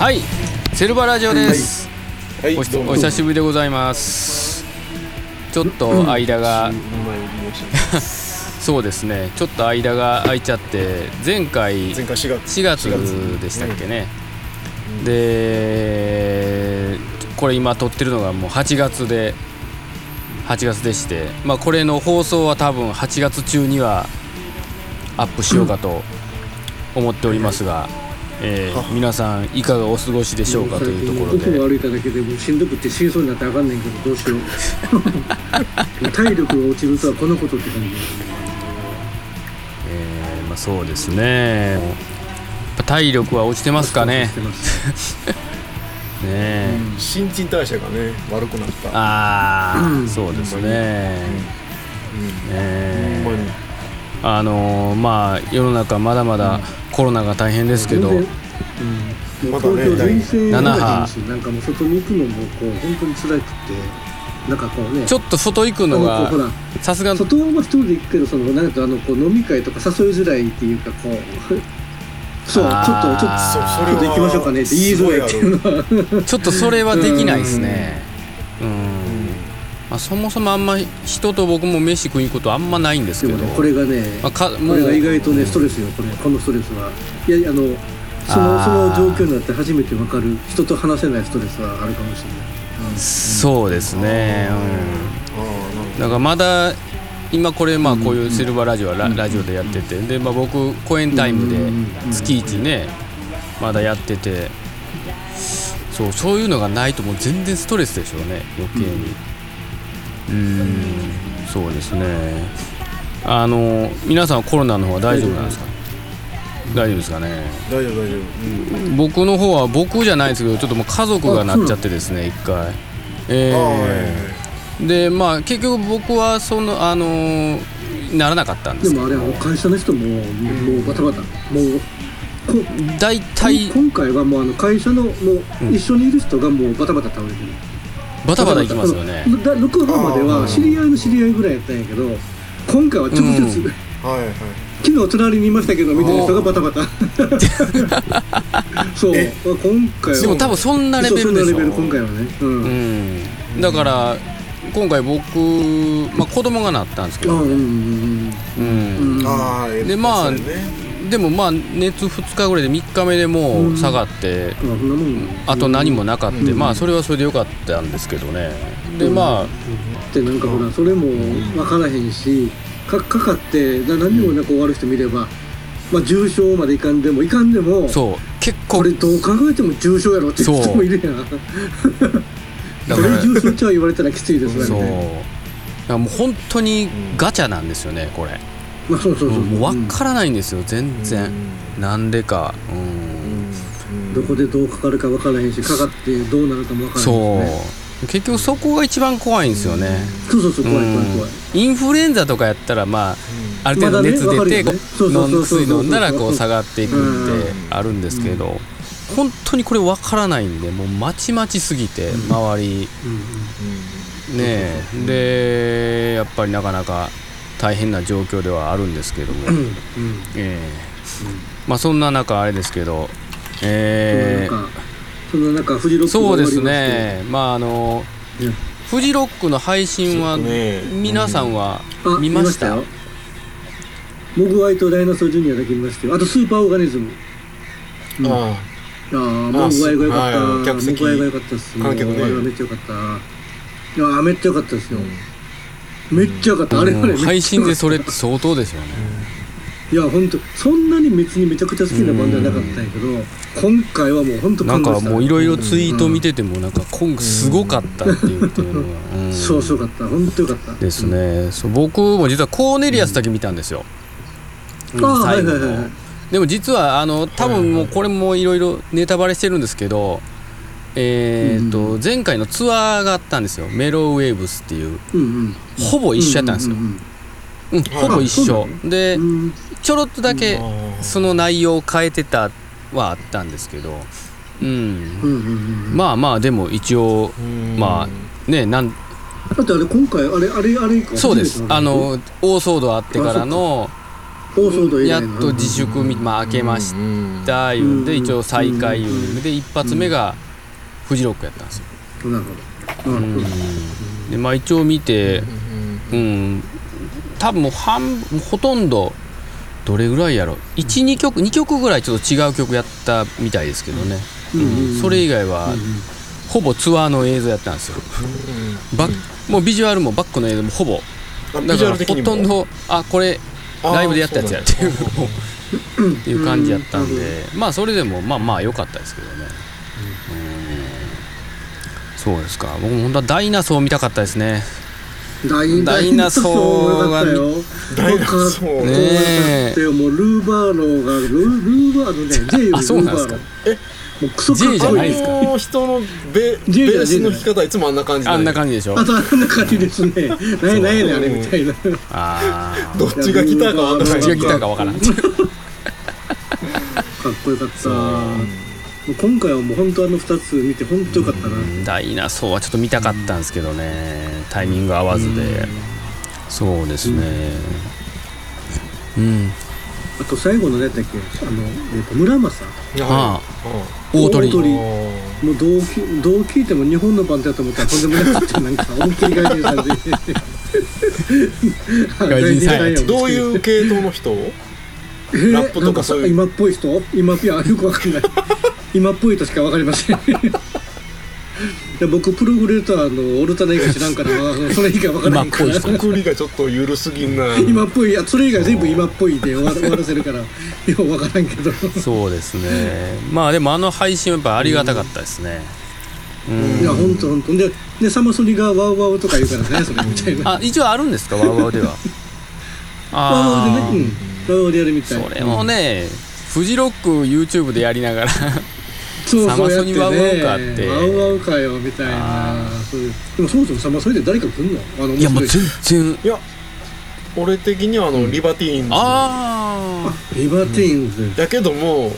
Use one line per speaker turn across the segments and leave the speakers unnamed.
はい、セルバラジオです、
はいはい、
お久しぶりでございます。ちょっと間がそうですね、ちょっと間が空いちゃって、前回4月でしたっけね、でこれ今撮ってるのがもう8月でして、これの放送は多分8月中にはアップしようかと思っておりますが、皆さんいかがお過ごしでしょうかというところで、
僕も歩いただけでもうしんどくって死にそうになってあかんねんけど、どうしよう体力が落ちるとはこのことって感じ。
そうですね、体力は落ちてますかね。ね、
新陳代謝がね悪くなった。
そうですね。世の中まだまだコロナが大変ですけど、
もう東京全盛7波なんかもう外に行くのもこう本当に辛くて、なんかこうね、
ちょっと外行くのがさすがに
外は一人で行くけど、そのなんかこう飲み会とか誘いづらいっていうか、こうそうちょっと行きましょうかねって言いづらいっていうのは
ちょっとそれはできないですね。そもそもあんま人と僕も飯食いに行くことあんまないんですけど、
これがね、これが意外とねストレスよ。このストレスは、いやその状況になって初めて分かる人と話せないストレスはあるかもしれない。
そうですね。だからまだ今これこういうセルバラジオはラジオでやってて、で僕公演タイムで月1ねまだやってて、そういうのがないともう全然ストレスでしょうね、余計に。そうですね。皆さんはコロナの方は大丈夫なんですか？大丈夫ですかね。
大丈夫、
僕の方は僕じゃないですけど、ちょっともう家族がなっちゃってですね、一回。で結局僕はならなかったんですけど。
でもあれ会社の人ももうバタバタ、もう
大体
今回はもう会社のもう一緒にいる人がもうバタバタ倒れてる。
バタバタいきますよね。
6号までは知り合いの知り合いぐらいやったんやけど、今回は直接、昨日隣にいましたけどみたいな人がバタバタそう今回は
でも多分そんなレベルでしょ。
今回はね、
だから今回僕、子供がなったんですけど、でも熱2日ぐらいで3日目でもう下がって、あと何もなかった、それはそれでよかったんですけどね。でで
なんかほらそれも分からへんし、かかって何にもなく終わる人見れば、重症までいかんでも
そう結構
これどう考えても重症やろっていう人もいるやんこれ重症ちゃ言われたらきついですね。
だからもう本当にガチャなんですよね、これ。もう分からないんですよ、全然。なんでか、
どこでどうかかるか分からへんし、かかってどうなるかも分からへんしね。
結局そこが一番怖いんですよね。
そう怖い。
インフルエンザとかやったらある程度熱出て薬飲んだら下がっていくってあるんですけど、本当にこれ分からないんで、もうまちまちすぎて周りねでやっぱりなかなか大変な状況ではあるんですけども、そんな中あれですけど、
そんな中フジロック
そうですね。フジロックの配信は皆さんは見ました？
モグワイとダイナソージュニアだけ見ましたよ。あとスーパーオーガニズム。モグワイが良かった。モグワイが良かったっす。あれはめっちゃ良かった。めっちゃ良かったですよ。めっちゃ良かった。あれ
配信でそれって相当ですよね。
いや本当そんなに別にめちゃくちゃ好きなバンドはなかったんやけど、今回はもう本当感動した。
もういろいろツイート見ててもすごかったっていうのが
そうよかった、本当よかった
ですね。僕も実はコーネリアスだけ見たんですよ。最後の。でも実は多分もうこれもいろいろネタバレしてるんですけど、前回のツアーがあったんですよ、メロウェーブスっていう、ほぼ一緒やったんですよ。ほぼ一緒で、ちょろっとだけその内容を変えてたはあったんですけど、でも一応
だってあれ今回あれ
そうです。大騒動あってからのやっと自粛開けました言うんで一応再開言うんで一発目がフジロックやったんですよ。
なるほど。
で一応見て、多分もうほとんどどれぐらいやろ 2曲ぐらいちょっと違う曲やったみたいですけどね、それ以外はほぼツアーの映像やったんですよ。もうビジュアルもバックの映像もほぼだからほとんどこれライブでやったやつやっていうっていう感じやったんで、それでも良かったですけどね。そうですか。僕も本当はダイナソー見たかったですね。
ダイナソーがね、もうルーバーローがルーバーロね、J よりルーバーロー。
そうなんですか。
もうクソかっこいい。
J じゃないですか。
人のベースの弾き方いつもあんな感じ。
あんな感じでしょ。
あんな感じですね。ないねあれみたいな。
どっちがギターかわからない。
どっちがギターかわからん。かっ
こよかった。今回はもう本当2つ見て本当よかったな。
ダイナソーはちょっと見たかったんですけどね、タイミング合わずで。そうですね。
あと最後のねだっけ村正。
大鳥。もう
どう聞いても日本のバンドやと思ったらとんでもなくてなんか思いっきり外人さんで。
外人さんや。
どういう系統の人？ラップとかそういう。
今っぽい人？よくわかんない。今っぽいとしか分かりません。僕プログレーターのオルタナ以外知らんからそれ以外分からないから。
作りがちょっと緩すぎんな。
今っぽいそれ以外全部今っぽいで終わらせるからよく分からんけど。
そうですね。でも配信はやっぱありがたかったですね。
いや本当でサマソニがワウワウとか言うからねそれみたいな。
一応あるんですかワウワウでは。
ワウワウでね、ワウワウでやるみたい。
それもねフジロック YouTube でやりながら
そう
サマソニワウワウかって
ワウワウかよみたいな。でもそもそもサマソニで誰か来んの？
いやもう全然。
いや俺的にはリバティーンズ。
リバティーンズ
だけども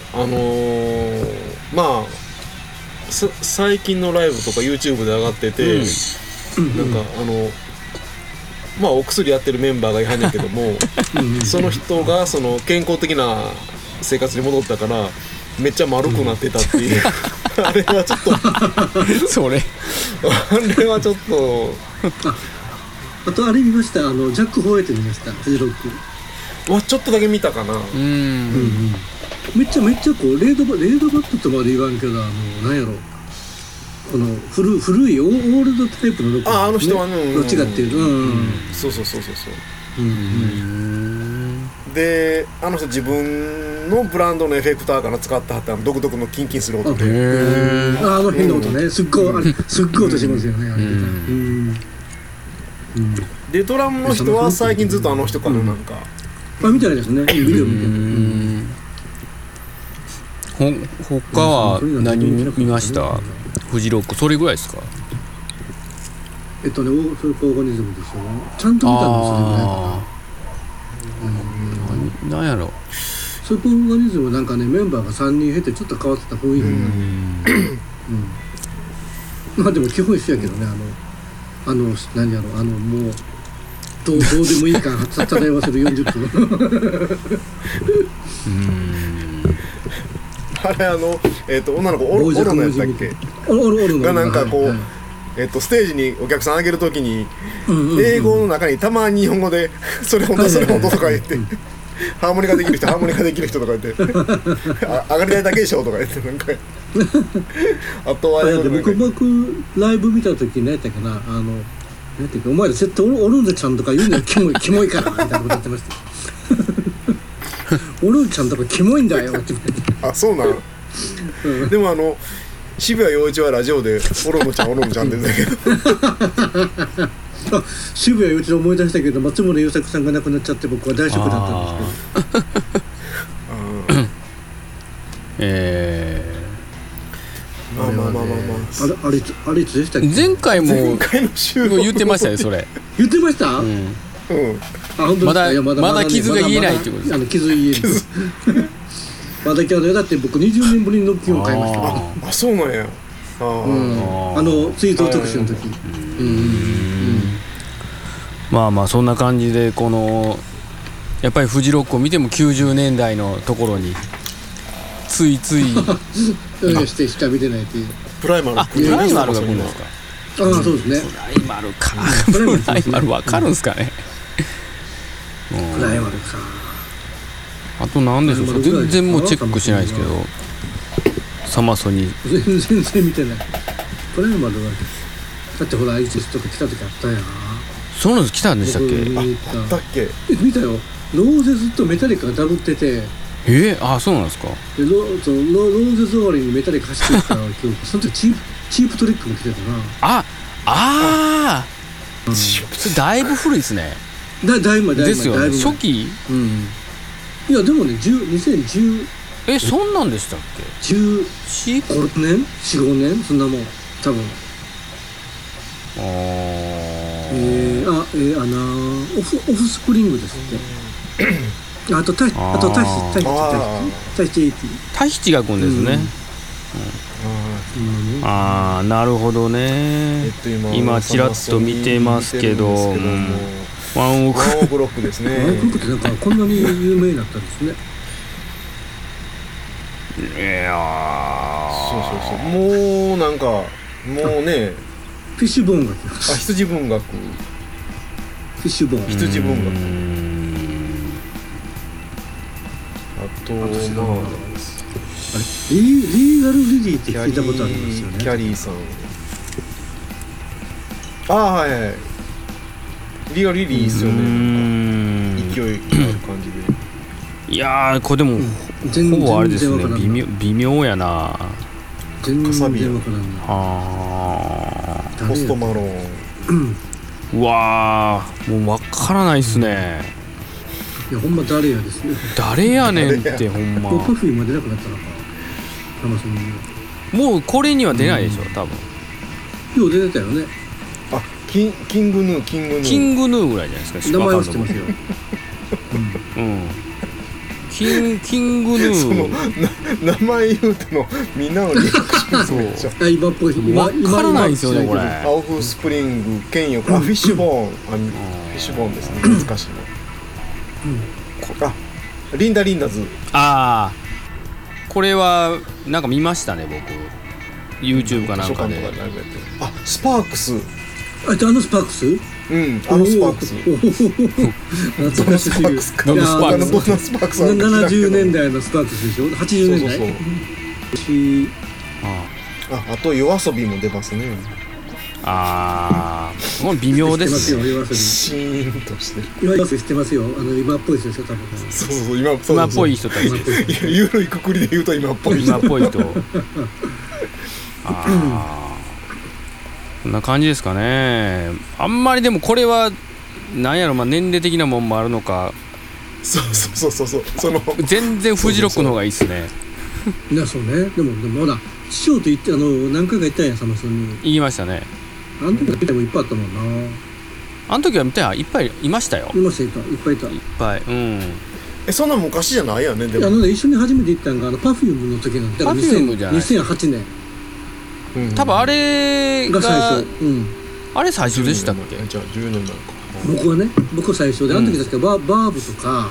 最近のライブとか YouTube で上がってて、なんかお薬やってるメンバーがいはんねんけどもその人がその健康的な生活に戻ったからめっちゃ丸くなってたっていう、あれはちょっと
それ
あれはちょっと
あとあれ見ました、ジャック・ホワイト見ました、フジロック
はちょっとだけ見たかな。
めっちゃこうレードバットとまで言わんけどなんやろこの古いオールドタイプのロック、
あの人は
どっちかっていうと
そうであの人自分のブランドのエフェクターから使ってはった独特のキンキンする音で
あの変な音ね、すっごい音しますよねあれ
でドラムの人は最近ずっとあの人からなんか
みたいですね、ビデオ見て
他は何見ました？フジロックそれぐらいですか？
それオーガニズムですよね。ちゃんと見たんですよね。なんやろスーパーオーガニズムなんかねメンバーが3人減ってちょっと変わってた雰囲気がでも基本一緒やけどね何やろもうどうでもいい感漂わせる40分
あれ女の子オルのやったっけがなんかこうステージにお客さんあげるときに英語の中にたまに日本語でそれ本当とか言ってハーモニカできる人とか言って上がりたいだけでしょとか言ってなんかあとは
僕ライブ見たとき何やったっけなお前ら絶対オルンゼちゃんとか言うのよキモいからみたいなこと言ってましたオルンちゃんとかキモいんだよって
あそうなのでも渋谷陽一はラジオでオロノちゃんって言うんだけど
渋谷陽一を思い出したけど松村優作さんが亡くなっちゃって僕は大ショックだったんですけどあれいつでしたっけ？
前回の言ってましたねそれ
言ってました？
まだ傷が癒えないってことです。
傷癒えるまだだって僕20年ぶりにノッキンを買いました。
あそうなんや。
ツイート特集の時。
まあそんな感じでこのやっぱりフジロックを見ても90年代のところについつい
してしか見てないっていう。
プライマル。
プライマルが来るんですか。
そうですね。
プライマルか。プライマルわかるんですかね。
プライマルか。
あと何でしょうか。全然もうチェックしないですけど。サマソニ
全然見てない。プライマルはだってほらアイシスとか来た時あったやん。
そうなんです。来たんでしたっけ。
あったっけ。
見たよ。ローゼスとメタリカがダブってて。
そうなんですか。
でローゼス終わりにメタリカ走ってきた記憶。その時チープトリックも来てたな。それ
だいぶ古いですね。
だいぶ
ですよね。初期。
いやでもね2010。
そんなんでしたっけ。
14年4、5年そんなもん多分。オフスプリングですって。あとタヒ
チが来るんですね。なるほどね。今ちらっと見てますけど、ワンオク
ロックですね。
ワンオクロックってなんかこんなに有名になったんですね。
そうもうなんかもうね
フィッシュボーンが来ます。
羊文学。
フィッシュボーン。
羊文学。あと
リーガルリリーって聞いたことありますよね。
キャリーさん。はいはい。リーガルリリーですよね。勢いある感じで。
いやこれでもほぼあれですね。微妙やな。
全然わからんな。
ポストマローン。
うわもうわからないっすね。
いやほんま誰やですね。
誰やねんってほんま。
もうパフィーも出なくなったのか。
もうこれには出ないでしょ多分。
よう出てたよね。
キングヌー
ぐらいじゃないですか。
名前は知ってますよ。
キングヌー。
その名前言うてもみんなのリアクションめっちゃ
今っぽい。
分からないですよねこれ。
オフスプリング剣よ。フィッシュボーン。フィッシュボーンですね。懐かしいの。リンダズ。
これはなんか見ましたね僕。YouTube かなんかで。
スパークス。
スパークス。
スパークス。
懐かしすぎる。70年代のスパークスでしょ。80年代。
あと夜遊びも出ますね。
もう微妙ですね。
シーンとしてる。
夜遊び知ってますよ。今っぽい人でしょ多分。
そう
今っぽい人たち。
ゆるいくくりで言うと今っぽい
人。こんな感じですかね。あんまりでもこれはなんやろ年齢的なもんもあるのか。
そう
全然フジロックの方がいいっすね。
いやそうね。でもほら師匠と言って何回か言ったんやサマソンに。
言いましたね。
あの時は見てもいっぱいあったもんな。
あの時は見たらいっぱいいましたよ。
いっぱいいた。
そんな昔じゃないよね。で
も一緒に初めて行ったんがパフュームの時なんだから2008年。
多分あれが
最初。
あれ最初でしたっけ。
じゃあ10年なのか。
僕は最初で、あの時確かバーブとか。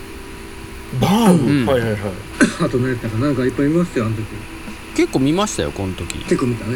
はい。
あと何やったかなんかいっぱい見ましたよあの時。
結構見ましたよこの時。
結構見たね。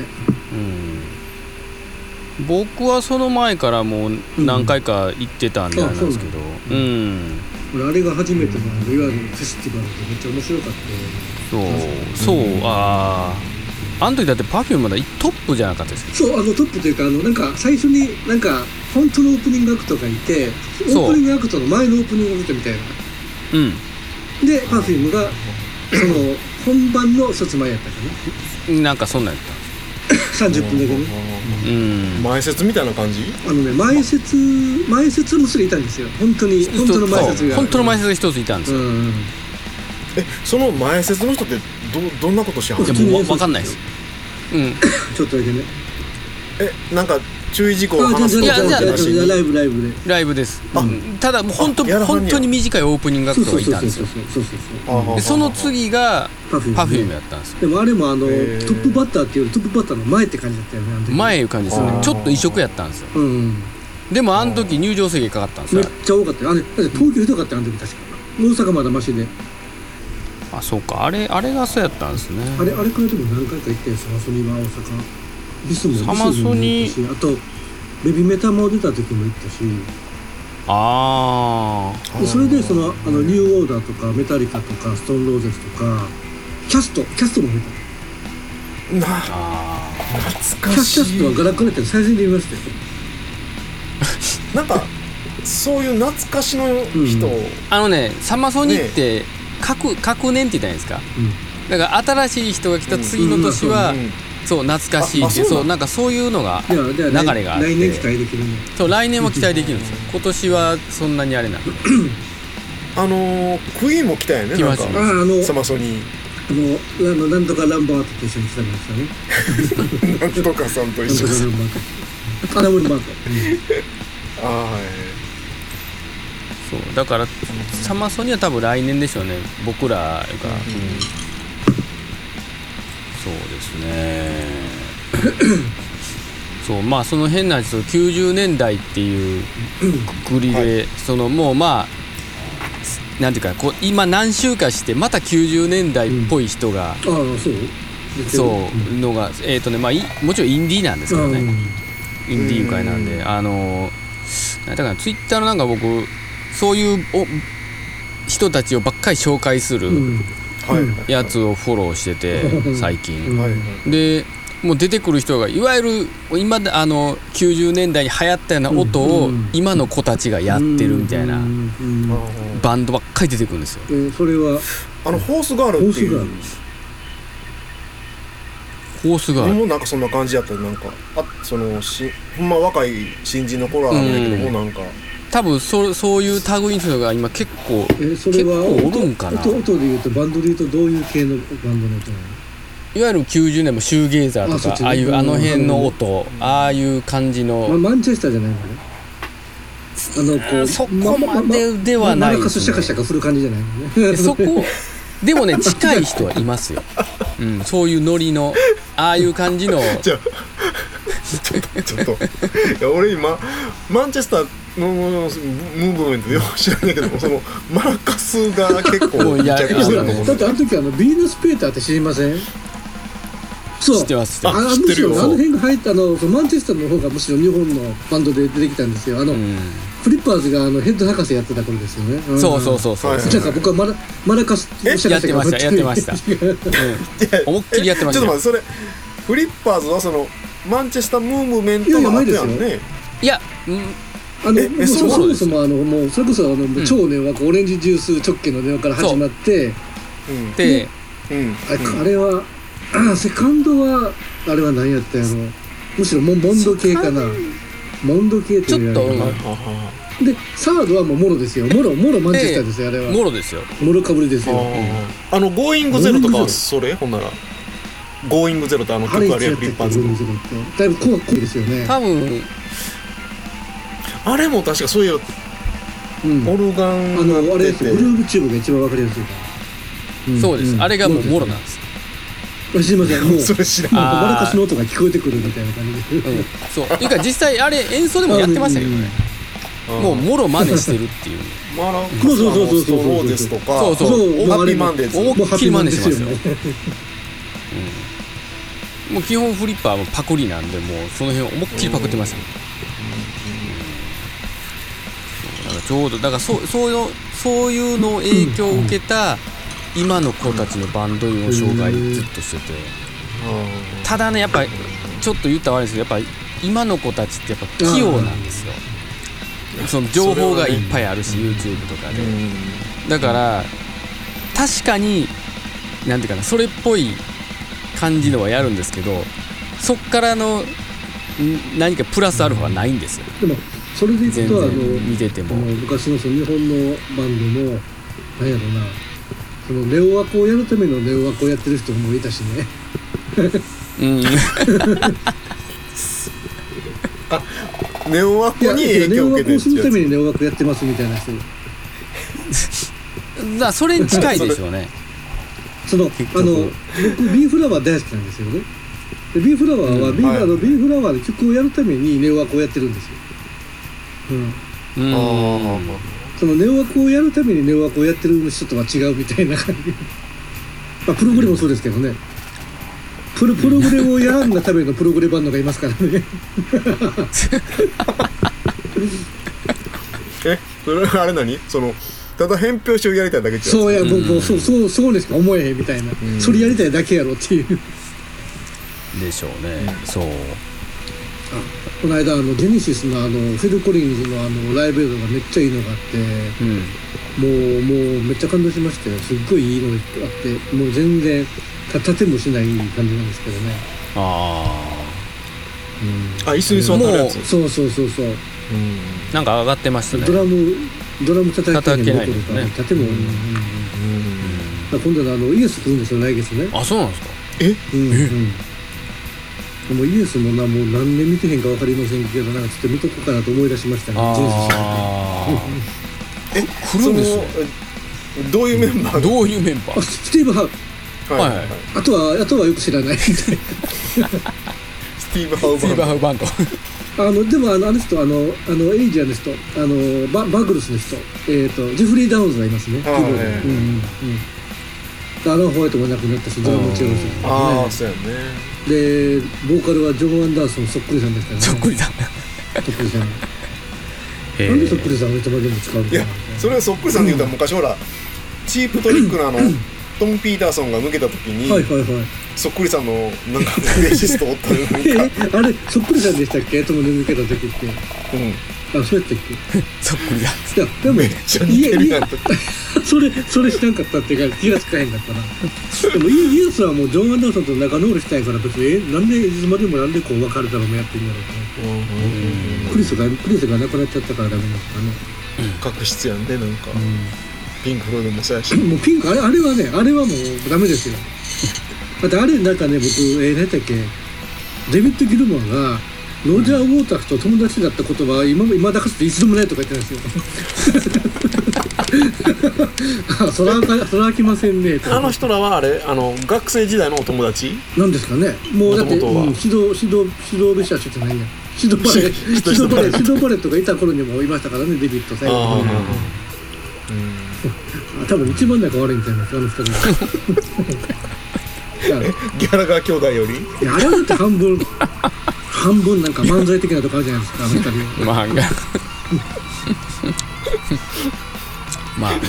僕はその前からもう何回か行ってたんであれなんですけど。
あれが初めてのいわゆるフェスティバルでめっちゃ面白かった。
あの時だってパフュームまだトップじゃなかったですか。
そうトップというかなんか最初になんか本当のオープニングアクトがいて、オープニングアクトの前のオープニングアクトみたいな。でパフュームがその本番の一つ前やったかな。
なんかそんなんやった。
30分だけね。
前説みたいな感じ。
前説もそれいたんですよ。本当の前説が。
本当の前説が一ついたんですよ。
その前説の人ってどんなことしはんの？
もう分かんないです。
ちょっとだけね。
なんか注意事項を話すこと
じゃ
ライブです。ただもう本当に短いオープニングアクトがいたんですよ。その次がパフュームやったんですよ。
でもあれもトップバッターっていうよりトップバッターの前って感じだったよね。
前いう感じですよね。ちょっと異色やったんですよ。 でもあの時入場制限かかったんです
め
よ。
っちゃ多かったよ。だって東京ひどかったよ、あの時確か。大阪まだマシで。
あ、そうか、あれがそうやったんですね。
あれからでも何回か行ったよ、サマソニは大阪。ビスも
サマソニ
行ったし、あとベビメタも出た時も行ったし。でそれでニューオーダーとかメタリカとかストーンローゼスとかキャストも見た。
懐かしい。
キャストはガラクネって最初に見ましたよ。
なんかそういう懐かしの人、
サマソニって各年って言ったらいいんですか、だから新しい人が来た次の年は、そう懐かしいって、そうなんかそういうのが流れがあって、
来年期待できるね。
そう来年は期待できるんですよ。今年はそんなにあれなんで
クイーンも来たよね。
来ました
ね。サマソニ
なんとかランバートと一緒に来たんですよね。
なんとかさんと一緒に。
アダムルバート。
はい。
そうだからサマソニは多分来年でしょうね、僕らが。そうですねそう、まあその変な90年代っていうくくりで、もうまあなんていうか、今何週かしてまた90年代っぽい人が、そうのがまあもちろんインディーなんですけどね、インディー界なんで、なんだかな、ツイッターのなんか僕そういう人たちをばっかり紹介するやつをフォローしてて最近で、もう出てくる人がいわゆる今90年代に流行ったような音を今の子たちがやってるみたいなバンドばっかり出てくるんですよ。
それは
ホースガールっていう。
ホースガール
もうなんかそんな感じやった。なんかほんま若い新人の頃はあるんだけども、なんか
多分そういう類の人が今結構おるんかな。
音で言うとバンドで言うとどういう系のバンドの音なの？
いわゆる90年もシューゲーザーとか、ああいう辺の音、ああいう感じの、
マンチェスターじゃないのね。
そこまでではないですね。
マラカスシャカシャカ振る感じじゃないのね。
そこでもね、近い人はいますよ。そういうノリのああいう感じの。
ちょっといや俺今マンチェスターのムーブメントよく知らないけども、そのマラカスが結構
だってあの時ビーナス・ペーターって知りません？そう、
知ってます。
知ってるよ。あの辺が入ったマンチェスターの方がむしろ日本のバンドで出てきたんですよ。フリッパーズがヘッド博士やってた頃ですよね。
そう。
なんか僕はマラカス
やってました。思いっきりやってました。
ちょっと待って、それフリッパーズはそのマンチェスタームーブメントの後やんね。
いや、
そもそももうそれこそ超ネオワコオレンジジュース直系のネオから始まって、
で、
あれはセカンドはあれは何やったやろ。むしろモンド系かな。モンド系っていう
ちょっと
でサードはもうモロですよ。モロマンチェスターですよ。あれは
モロですよ。
モロかぶりですよ。
ゴーイングゼロとかはそれほんならゴーイングゼロって曲あるやん、フリッパーズの。
だいぶ濃いですよね。
多分
あれも確かそういうオルガン
あれですよ。グルーブチューブが一番わかりやすい。
そうです。あれがもうモロなんです。
すいません、もう
それ知らん。
マラカスの音が聞こえてくるみたいな感じで。
そう。いうか実際あれ演奏でもやってましたけどね。もうモロ真似してるっていう。
マラカスのストローゼスとか、ハッピーマンデーズ、
思いっきり真似してますよ。もう基本フリッパーもパクリなんで、もうその辺を思いっきりパクってましたね。ちょうどだからそういうの影響を受けた今の子たちのバンド員を紹介ずっとしてて、ただね、やっぱりちょっと言ったら悪いですけど、やっぱ今の子たちってやっぱ器用なんですよ。その情報がいっぱいあるし、YouTube とかで。だから確かになんていうかな、それっぽい感じのはやるんですけど、そっからの何かプラスアルファはないんですよ。
でもそれでいくと
見てても
昔のその日本のバンドの何やろな、そのネオワコをやるためのネオワコをやってる人もいたしね。
ネオワコに影響を受けてる
ネオワコをするためにネオワコやってますみたいな人。
だそれに近いでしょうね。
僕ビーフラワー大好きなんですよね。でビーフラワーはビーフラワーで曲をやるためにネオワコをやってるんですよ。 そのネオワコをやるためにネオワコをやってる人とは違うみたいな感じまあプログレもそうですけどね、プログレをやらんがためのプログレバンドがいますからね
それはあれ何そのただ返表書をやりたいだけってやつ。
そうや、もうそうですか思えへんみたいな、それやりたいだけやろっていう
でしょうね、そう。
この間ジェネシスのフィル・コリンズのライブ映像がめっちゃいいのがあって、もうめっちゃ感動しましたよ。すっごいいいのがあってもう全然立てもしない感じなんですけどね。
椅子に座ってるやつ。
そう
なんか上がってましたね。
ドラム叩けないんですね。立ても今度イエス来るんですよ来月ね。
あ、そうなんですか。
もうイエスももう何年見てへんか分かりませんけど、なんかちょっと見とこうかなと思い出しましたね。
来るんですね。
どういうメンバー？
スティーブ・ハウ。あとはよく知らないステ
ィーブ・ハウバンド。
でもあの人エイジアの人バグルスの人ジフリー・ダウンズがいますね。アラン・ホワイトも亡くなったし、ドラムも違うし、
そうやね。
でボーカルはジョン・アンダーソンそっくりさんですからね。
そっくりさん
なんでそっくりさんをいつまでも使うのかな。
いや、それはそっくりさんで言うたら昔ほらチープトリックのトム・ピーターソンが抜けた時にそっくりさんのなんかベーシストおったの
あれそっくりさんでしたっけ、トムで抜けた時って。そうやったっけ
そっくりだ。
いやでも
めっちゃ似てるやん
それ知らんかったっていうか気がつかへんかったなでもイエスはもうジョン・アンダーソンと仲直りしたいから別になんでいつまでもなんでこう別れたのもやってるんだろうと。クリスが亡くなっちゃったからダメなんですかね。
確執やんね。なんかピンク・フロイドもそうやし、
もうピンクあれはもうダメですよ。だってあれなんかね、僕何やったっけ、デビッド・ギルモアがロジャー・ウォーターと友達だったことは今だかつて一度もないとか言ってるんですよそら飽きませんね。
あの人らはあれ学生時代のお友達
なんですかね。もうだって指導べしゃじゃないや、指導バレットがいた頃にもいましたからね、デビッド最後に。多分一番仲悪いみたいなあの人が
ギャラガー兄弟より。
いやあれはだって半分なんか漫才的なとこあるじゃないですか、あの二人。
まあね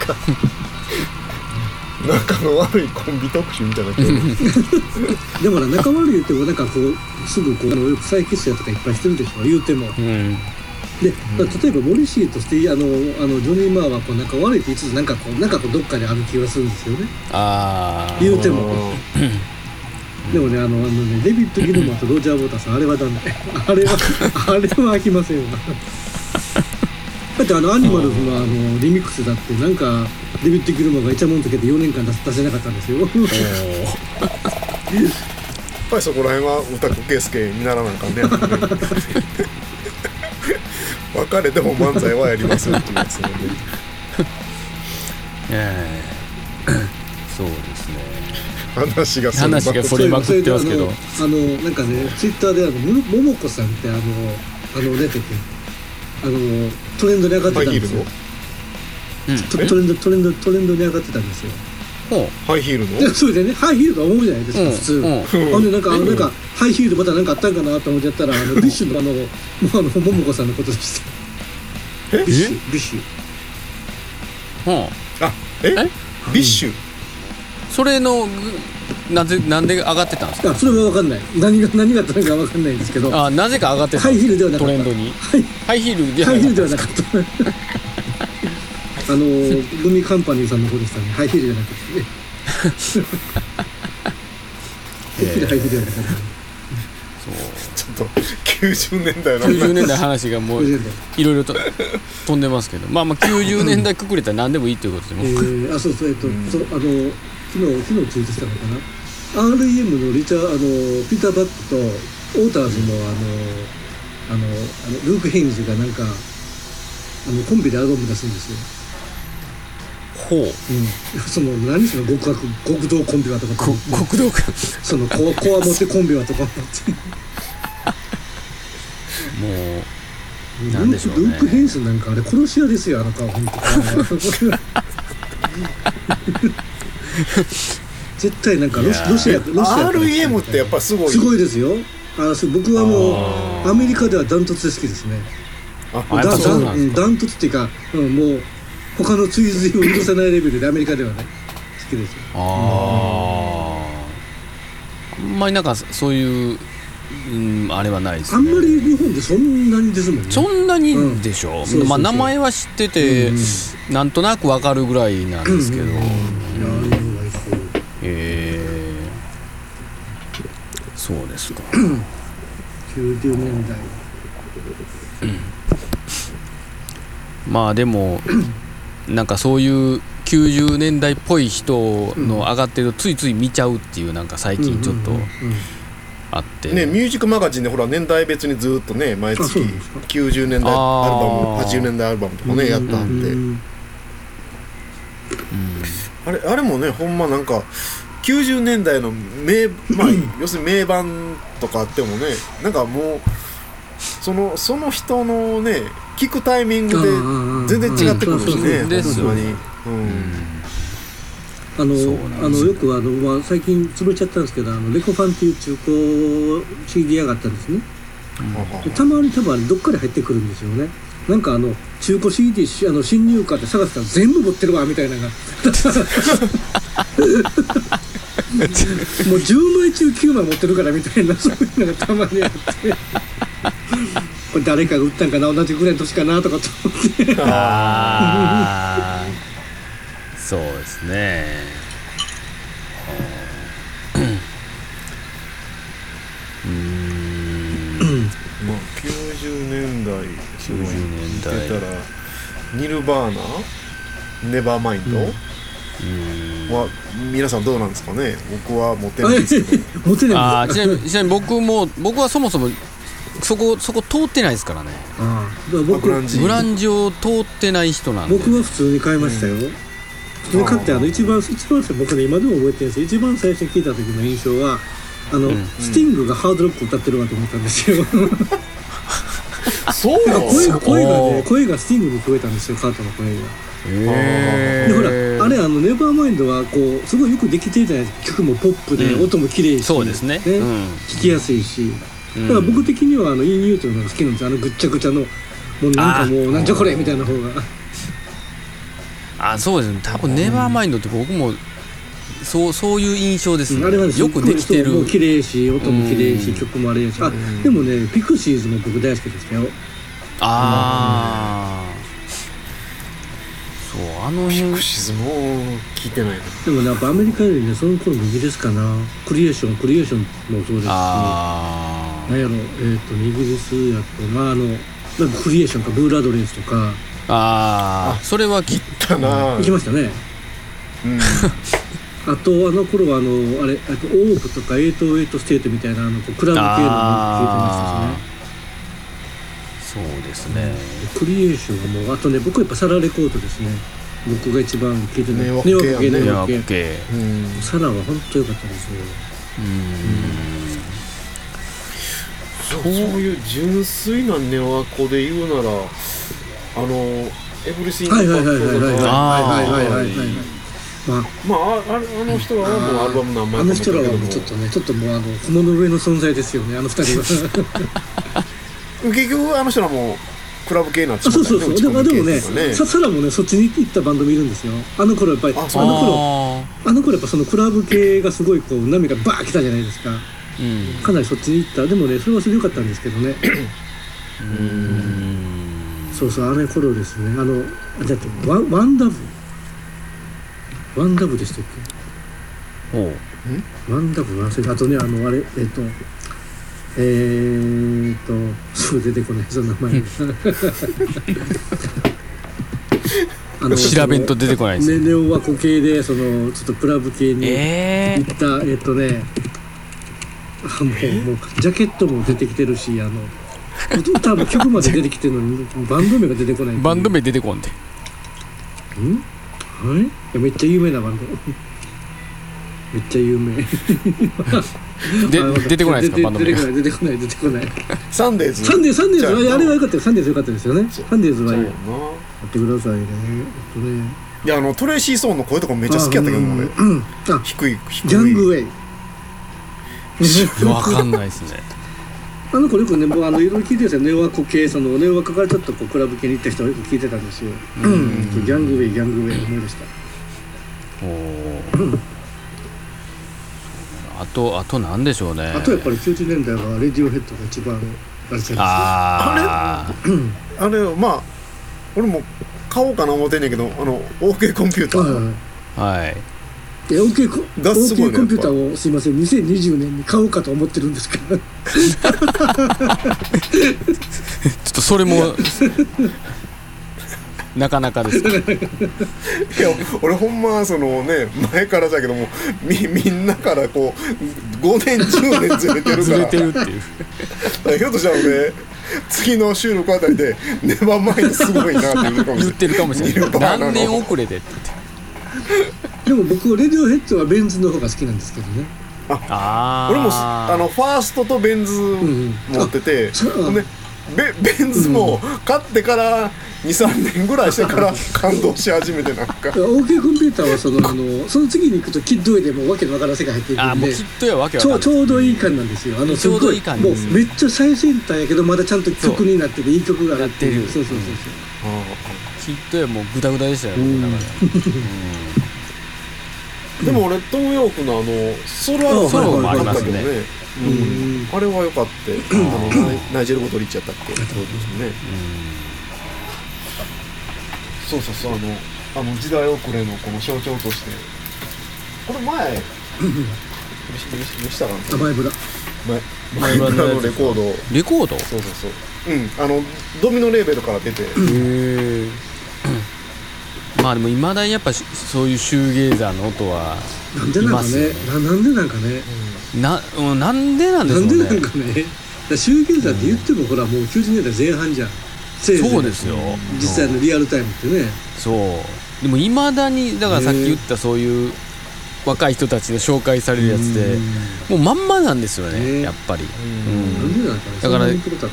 仲の悪いコンビ特集みたいな
でも仲悪い言ってもなんかこうすぐこう再結成とかいっぱいしてるでしょ言うても。で例えばモリシーとしてジョニー・マーはこう仲悪いって言いつつなんかこうどっかである気がするんですよね。言うてもでもねデビッド・ギルモアとロジャー・ウォーターさんあれはダメあれは飽きませんよだってアニマルズのリミックスだってなんかデビッド・ギルモアがイチャモンつけて4年間出せなかったんですよやっ
ぱりそこら辺は歌子圭介見習わなあかんね別れても漫才はやりますよっていうやつね
そうですね。
話が
それまくってますけど、
なんかねツイッターでももこさんって出ててトレンドに上がってたんですよ。トレンドに上がってたんですよ。
ハイヒールの？
それでねハイヒールと思うじゃないですか普通。でなんかハイヒールまたなんかあったんかなと思っちゃったらビッシュのももこさんのことでした。ビッシュ。
ビッシュ。
それのなんで上がってたんですか？
それは分かんない。何があったのか分かんないんですけど。
なぜか上がってた。
ハイヒールではなかった。
トレンドに。ハイヒールではなかった。
グミカンパニーさんの方でしたね。ハイヒールじゃなくて。ハイヒールじゃなかった。
ちょっと90年代の
90年代話がもういろいろと飛んでますけど、まあ90年代くくれたら何でもいいということでも。
そう昨日ツイートしたのかな。R.E.M. のピーター・バックとオーターズのルーク・ヘインズがなんかコンビでアルバム出すんですよ。その何その極道コンビはとか
極道か
そのコアモテコンビはとか
もうなんでしょうね。
ルーク・ヘンスなんかあれ殺し屋ですよ、あの顔本当絶対なんかロシア
REM ってやっぱすごい
ですよ。僕はもうアメリカではダントツで好きですね。ダントツっていうか、もう他の追随を許さないレベルでアメリカではね好きですよ。
あんまりなんかそういう、あれはないですね。
あんまり日本でそんなにですもんね。
そんなにでしょ。まあ名前は知ってて、なんとなくわかるぐらいなんですけど。そうですか。
90年代。
まあでもなんかそういう90年代っぽい人の上がってるとついつい見ちゃうっていう、なんか最近ちょっとあって
ね、ミュージックマガジンでほら年代別にずっとね毎月90年代アルバム80年代アルバムとかねやったんで、あれもねほんまなんか90年代のまあ要するに名盤とかあってもね、なんかもうその人のね聞くタイミングで全然違ってくるしね、
ですよね。
よくまあ、最近潰れちゃったんですけどレコファンっていう中古 CD 屋があったんですね。たまに多分どっかで入ってくるんですよね。なんか中古 CD 新入荷って探したら全部持ってるわみたいなのがもう10枚中9枚持ってるからみたいな、そういうのがたまにあってこれ誰かが売ったんかな、同じぐらいの年かなとかと思って
そうですね。
まあ90年代出たらニルバーナネバーマインドは皆さんどうなんですかね。僕は持ってないんですけど
持ってない。ちなみに僕はそもそもそこ通ってないですからね。
僕
グランジを通ってない人なんで。
僕は普通に買いましたよ。普通に買って一番僕ね今でも覚えてるんですよ。一番最初に聞いた時の印象はスティングがハードロック歌ってるわと思ったんですよ
そう
声がスティングに聞こえたんですよ、カートの声が。でほらネバーマインドはこうすごいよくできてるじゃないですか。曲もポップで、音も綺麗し、
そうですね、
聴きやすいし、だから僕的にはインニュートンのが好きなんですよ。ぐっちゃぐちゃのもうなんかもうなんじゃこれみたいな方が
そうですね。多分ネバーマインドって僕もそういう印象ですね。
あれは
よくできてる。
もう綺麗し、音も綺麗し、曲もあれやし。でもねピクシーズも僕大好きでしたよ。
そう
ピクシーズも聞いてないな。
でもやっぱアメリカよりねその頃のイギリスかな。クリエーションもそうですし、なんやろイギリスやとクリエーションかブーラドレスとか。
それは聞いた
な。行きましたね。あと頃はオープとか808ステートみたいなクラブ系のも聞いてましたしね。
そうですね。
クリエーションはもうあとね僕はやっぱサラレコードですね。僕が一番聞いてる
ネオ
系。サラは本当良かったですよ。
そういう純粋なネオアコで言うならエブリシングバックとか、まあ人らはもうアルバム何枚か
人らはもうちょっともう雲の上の存在ですよね、二人は
結局人らもクラブ系になっちゃったね。
そうでもねサラもねそっちに行ったバンドもいるんですよ。やっぱりやっぱそのクラブ系がすごいこう波がバー来たじゃないですか。かなりそっちに行った。でもねそれはそれでよかったんですけどね。そうあれ頃ですね。だってワンダブでしたっけ。ワンダブ忘れた。あとねそう出てこないその名前
調べんと出てこないですね。
ネオワコ系でちょっとクラブ系に行ったもうジャケットも出てきてるし歌も曲まで出てきてるのにバンド名が出てこない。
バンド名出てこんで。
めっちゃ有名なバンドめっちゃ有名
出てこないですかバンド名が。
出てこない
サンデーズ
あれは良かったよ。サンデーズ良かったですよね。サンデーズはやってくださいね。
いやトレイシー・ソーンの声とかめっちゃ好きやったけど俺、低い
ギャングウェイ
わかんないですね。
これよくね、もういろいろ聞いてるんですよ。ネオワコ系、ネオワコからちょっとこうクラブ系に行った人はよく聞いてたんですよ。ギャングウェイ思い出した。
あとなんでしょうね。
あとやっぱり90年代はレディオヘッドが一番あれですね。
あれまあ俺も買おうかな思ってんねんけどOK コンピューター
はい。
OK コンピューターをすいません2020年に買おうかと思ってるんですけどちょ
っとそれもなかなかです。いや
俺ほんま前からだけどもみんなからこう5年10年ずれてるから
ずれてるっていう
ひょっとしたら俺次の収録あたりでネバーマインドすごいなって
言ってるかもしれない。何年遅れでって
でも僕レディオヘッドはベンズの方が好きなんですけどね。
俺もファーストとベンズ持ってて、ベンズも買ってから2,3 年ぐらいしてから感動し始めてなんか
OK コンピューターはその次に行くとキッドウェイでもうわけのわからん世界入っていくんで、
もうキッドウェイはわけわからん
ちょうどいい感なんですよ。
ちょうどいい感
もうめっちゃ最先端やけどまだちゃんと曲になってていい曲があってる。そう
キッドウェイもグダグダでしたよ。
でも俺トム・ヨークのソロもありますね。あれは良かった。ナイジェル・ゴトリッチやったっけ。そうですね。そう時代遅れのこの象徴としてこれ前見したかな。
前ブラ
のレコードそうドミノレーベルから出て
まあでもいまだにやっぱそういうシューゲーザーの音はいますよね。
なんでなんかね
なんでなんでしょうね。
なんでなんかねシューゲーザーって言ってもほらもう90年代前半じゃん。
そうですよ。
実際のリアルタイムってね。
そうでもいまだにだからさっき言ったそういう若い人たちで紹介されるやつでもうまんまなんですよねやっぱり。
なんでなんかね。だから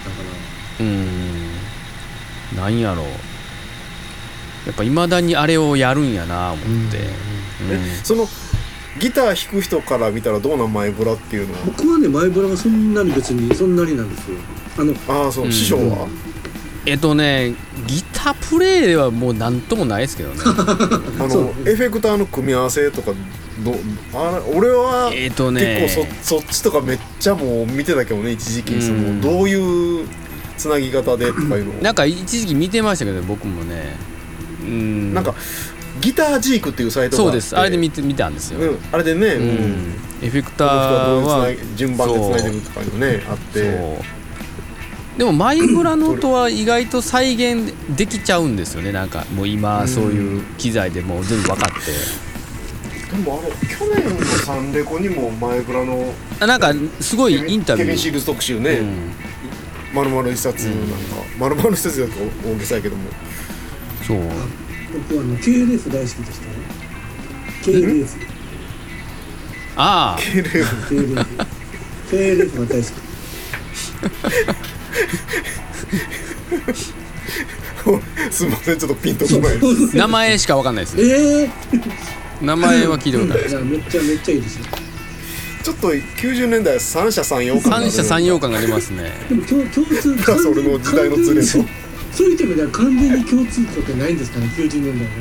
なんやろうやっぱいまだにあれをやるんやな思って。
そのギター弾く人から見たらどうなんマイブラっていうのは。
僕はねマイブラはそんなに別にそんなになんですよ。
そう師匠は
ギタープレイではもうなんともないですけどね。
エフェクターの組み合わせとか俺は結構そっちとかめっちゃもう見てたけどね一時期どういうつなぎ方でとかいうの
なんか一時期見てましたけど僕もね
なんかギタージークっていうサイトがあって
そうですあれで見たんですよ。
あれでね
エフェクターは
順番でつないでるとかいうのねあって
でもマイブラの音は意外と再現できちゃうんですよね。なんかもう今そういう機材でもう全部分かって。
でも去年のサンレコにもマイブラの
なんかすごいインタビュー
ケビン・シールズ特集ね丸々一冊なんか丸々一冊だと大げさやけども
そう僕はKLF 大好きでしたね。KLF KLF が大好き。
すみませんちょっとピンとこない
です。名前しかわかんないですね。名前は聞いたことないです。
めっちゃいいですよ。
ちょっと90年代三者三様
感が出ますね。
でも共通
それの時代のズレと
そういう意味では完全に共通項ってないんですかね90年代の。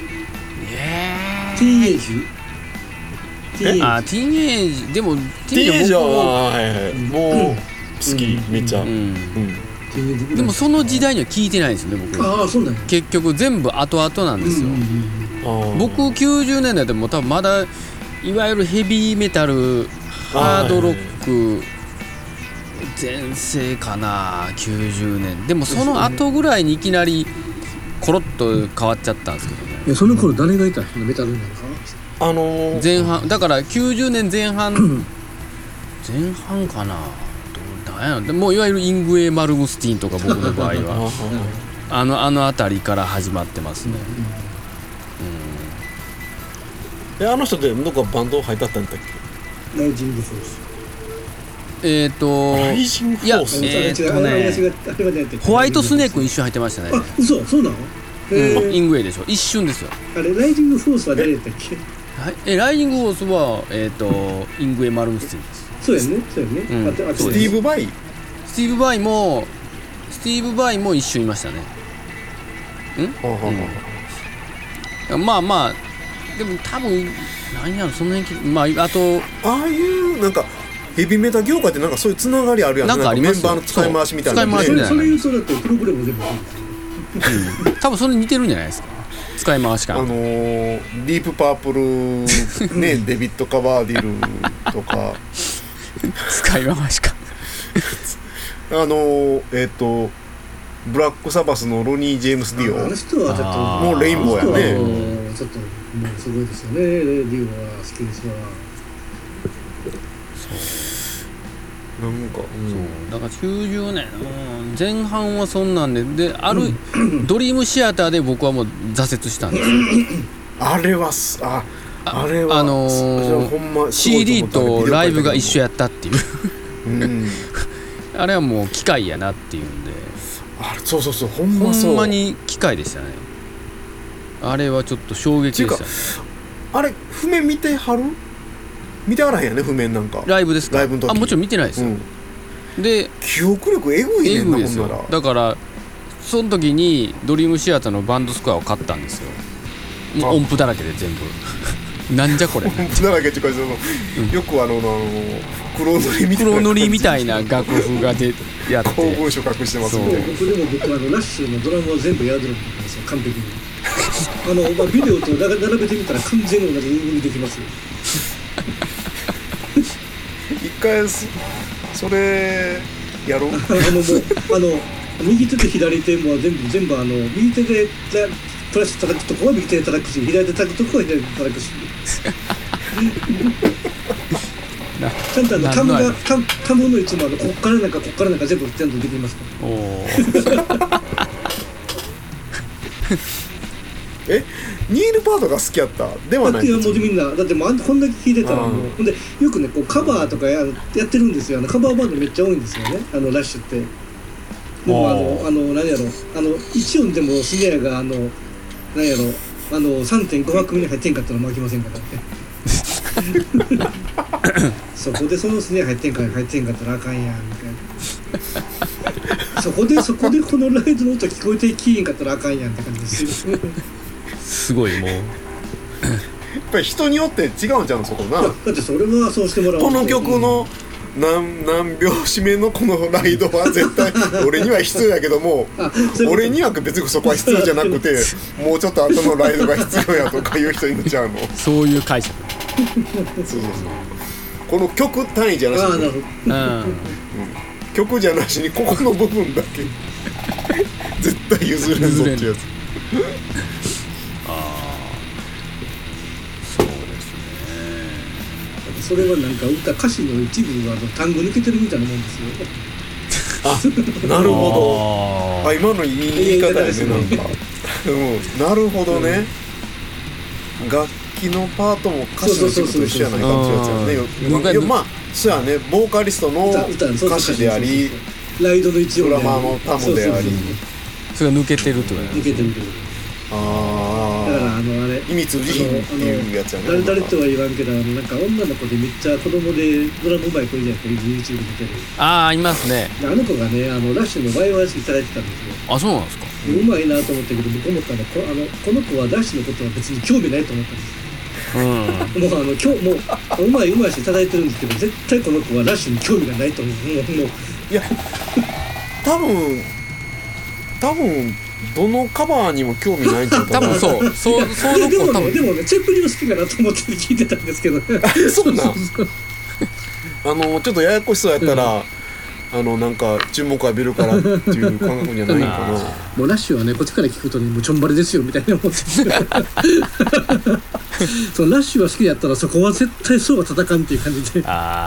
ティーンエイジ
ティーンエイジでも
ティーンエイジはもう好きめっちゃ
でもその時代には聞いてないんですよね僕。
そうなんや。
結局全部後々なんですよ。僕90年代でも多分まだいわゆるヘビーメタルハードロック全盛かな90年でもその後ぐらいにいきなりコロッと変わっちゃったんですけどね。
いやその頃誰がいたのメタルなんか
前半だから90年前半かなでもういわゆるイングウェイ・マルムスティンとか僕の場合はあの辺りから始まってますね。
あの人でどこかバンド入ったったんだっけ？
ライジングフォース。
ライジングフォース、
ホワイトスネーク一瞬入ってましたね。
あ、嘘、そうなの？
イングウェイでしょ、一瞬ですよ。
あれライジングフォースは誰やったっけ？
ライジングフォースはイングウェイ・マルムスティンです。
そうやね、そうやね、
うん、
スティーブ・バイ
も一瞬いましたね。まあまあでも多分何やろ、その辺まああと
ああいうなんかヘビメタ業界ってなんかそういうつながりあるやん。
なんかありますよ。
メンバーの使い回しみたいな、ね、
それ言うとだってプログラム全部
多分それ似てるんじゃないですか、使い回し感。
ディープパープルねデビッド・カバーディルとか
使い回し感
ブラックサバスのロニー・ジェームス・ディオ、
あの人はちょっと
もうレインボーやね。
ちょっともうすごいですよね。ディオは好きですわ。
なんか、
そうだから90年、前半はそんなんである、ドリームシアターで僕はもう挫折したんですよ。
あれはほんま
CD とライブが一緒やったっていうあれはもう機械やなっていうんで、
そうほんまそう、
ほんまに機械でしたね。あれはちょっと衝撃でしたね。
あれ譜面見てはらへんやね、譜面なんか。
ライブですか？
ライブの時
もちろん見てないですよ、で
記憶力エグいねんな、
ですよ。だからその時にドリームシアターのバンドスコアを買ったんですよ。もう音符だらけで全部なんじゃこれ
音符だらけっていうか、よく黒
塗りみたいな楽譜がでやって
公文書隠してますもんね。
僕ラッシュのドラムを全部エアドロップなんですよ、完璧にビデオと並べてみたら完全に同じにできますよ。
一回それやろう。
右手と左手も全部右手でプラス叩くとこは右手で叩くし、左手叩くとこは左手で叩くしちゃんとタムのいつもこっからなんか全部できますから。
ニール・パートが好きやったではない？
いやもうみんなだってこんだけ聴いてたらもうほんでよくねこうカバーとかやってるんですよ。カバーバンドめっちゃ多いんですよね、ラッシュって。でも何やろ1音でもスネアが何やろ3.5 拍目に入ってんかったら負けませんからねそこでそのスネア入ってんかったらあかんやんみたいなそこでこのライドの音聞こえてきえんかったらあかんやんって感じですよ
すごいもうやっ
ぱり人によって違うんじゃん、そこな。だ
ってそれはそうしてもらう。
この曲の何拍子目のこのライドは絶対俺には必要やけども俺には別にそこは必要じゃなくてもうちょっと後のライドが必要やとかいう人いるんちゃうの。
そういう解釈
そうこの曲単位じゃなしに、曲じゃなしにここの部分だけ絶対譲れんぞっていうやつ
それはなんか歌詞の一部が単語抜けてるみたいなもんですよ。
なるほど。今の言い方やね、なんかなるほどね。楽器のパートも歌詞の一部と一緒やないかっていうやつやね。まあそうやね、ボーカリストの歌詞であり
ライドの一音
ドラマーのタムであり、
それが抜けてるってこと
抜けてる。だからあれ
意味通じひんっていうやつやね。
誰とは言わんけどなんか女の子でめっちゃ子供でドラムうまい子いるじゃないですか、 YouTube 見てる。
いますね。
あの子がねラッシュのバイオハウスいただいてたんですよ。
そうなんですか。
うまいなと思ったけど僕思ったのこの子はラッシュのことは別に興味ないと思ったんです。もううまいしいただいてるんですけど絶対この子はラッシュに興味がないと思う。い
や多分どのカバーにも興味ないんだと思う。
多分そう
でもねチェップリも好きかなと思って聞いてたんですけど
そうなんちょっとややこしそうやったらなんか注目浴びるからっていう感覚にはないんかな
もうラッシュはねこっちから聞くとねもうちょんばれですよみたいなもんですそのラッシュは好きやったらそこは絶対そうは戦うっていう感じで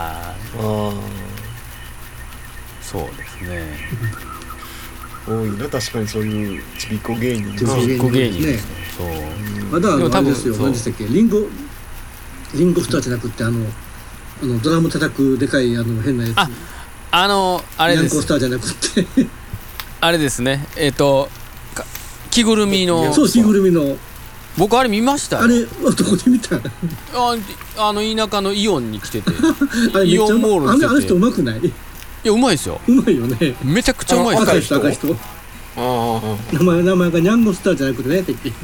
そうですね
多いな、確かにそういうちびっこ芸人
ね。そう。
まだあれですよ、何でしたっけ、リンゴリンゴスターじゃなくてドラム叩くでかい変なやつ。
あれです。
ニャンコスターじゃなくて
あれですね。着ぐるみの。
そう、着ぐるみの。
僕あれ見ましたよ。
あれどこで見た？
田舎のイオンに来てて
あれめっちゃ
イオンモールに来てて、
あの人うまくない？い
やうまいですよ。
うまいよね。
めちゃくちゃうまいですよ。
赤い人。名前がニャンゴスターじゃなくてねって言って。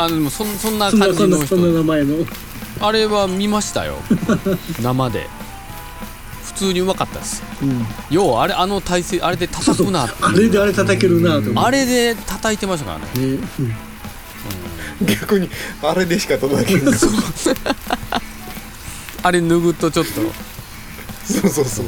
でもそんな感じの人。
そんな名前の。
あれは見ましたよ。生で。普通にうまかったです。ようあの体勢あれで叩くなって。
あれであれ叩けるなと思って。
あれで叩いてましたからね。
逆にあれでしか届けない。
あれ脱ぐとちょっと。
そう。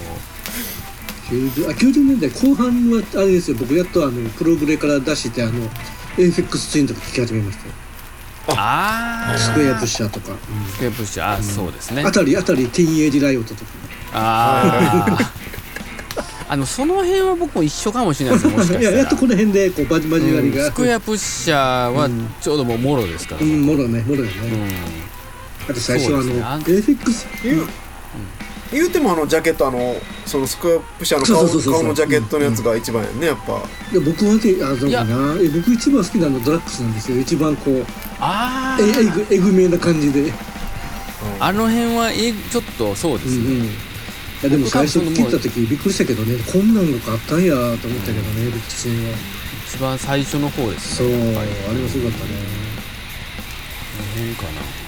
90年代後半はあれですよ。僕やっとプログレから出してAFX ツインとか聴き始めましたよ。スクエアプッシャーとか。
スクエアプッシャー、そうですね。
あたりティーンエイジライオットとか。
その辺は僕も一緒かもしれないです。もしかしたら。
いや、やっとこの辺でこう交わりが。
スクエアプッシャーはちょうどもうもろですから。
もろよね。あと最初AFX。
言うてもジャケットそのスクエアプッシャーの顔のジャケットのやつが一番やね、やっぱ。
いや僕はね、僕一番好きなのドラッグスなんですよ。一番こうえぐめな感じで。
あの辺はちょっとそうですね。
いやでも最初聞いた時びっくりしたけどね、こんなんがあったんやと思ったけどね、ルッチ戦は
一番最初の方です
ね。そう、あれはすごかったね。
この辺か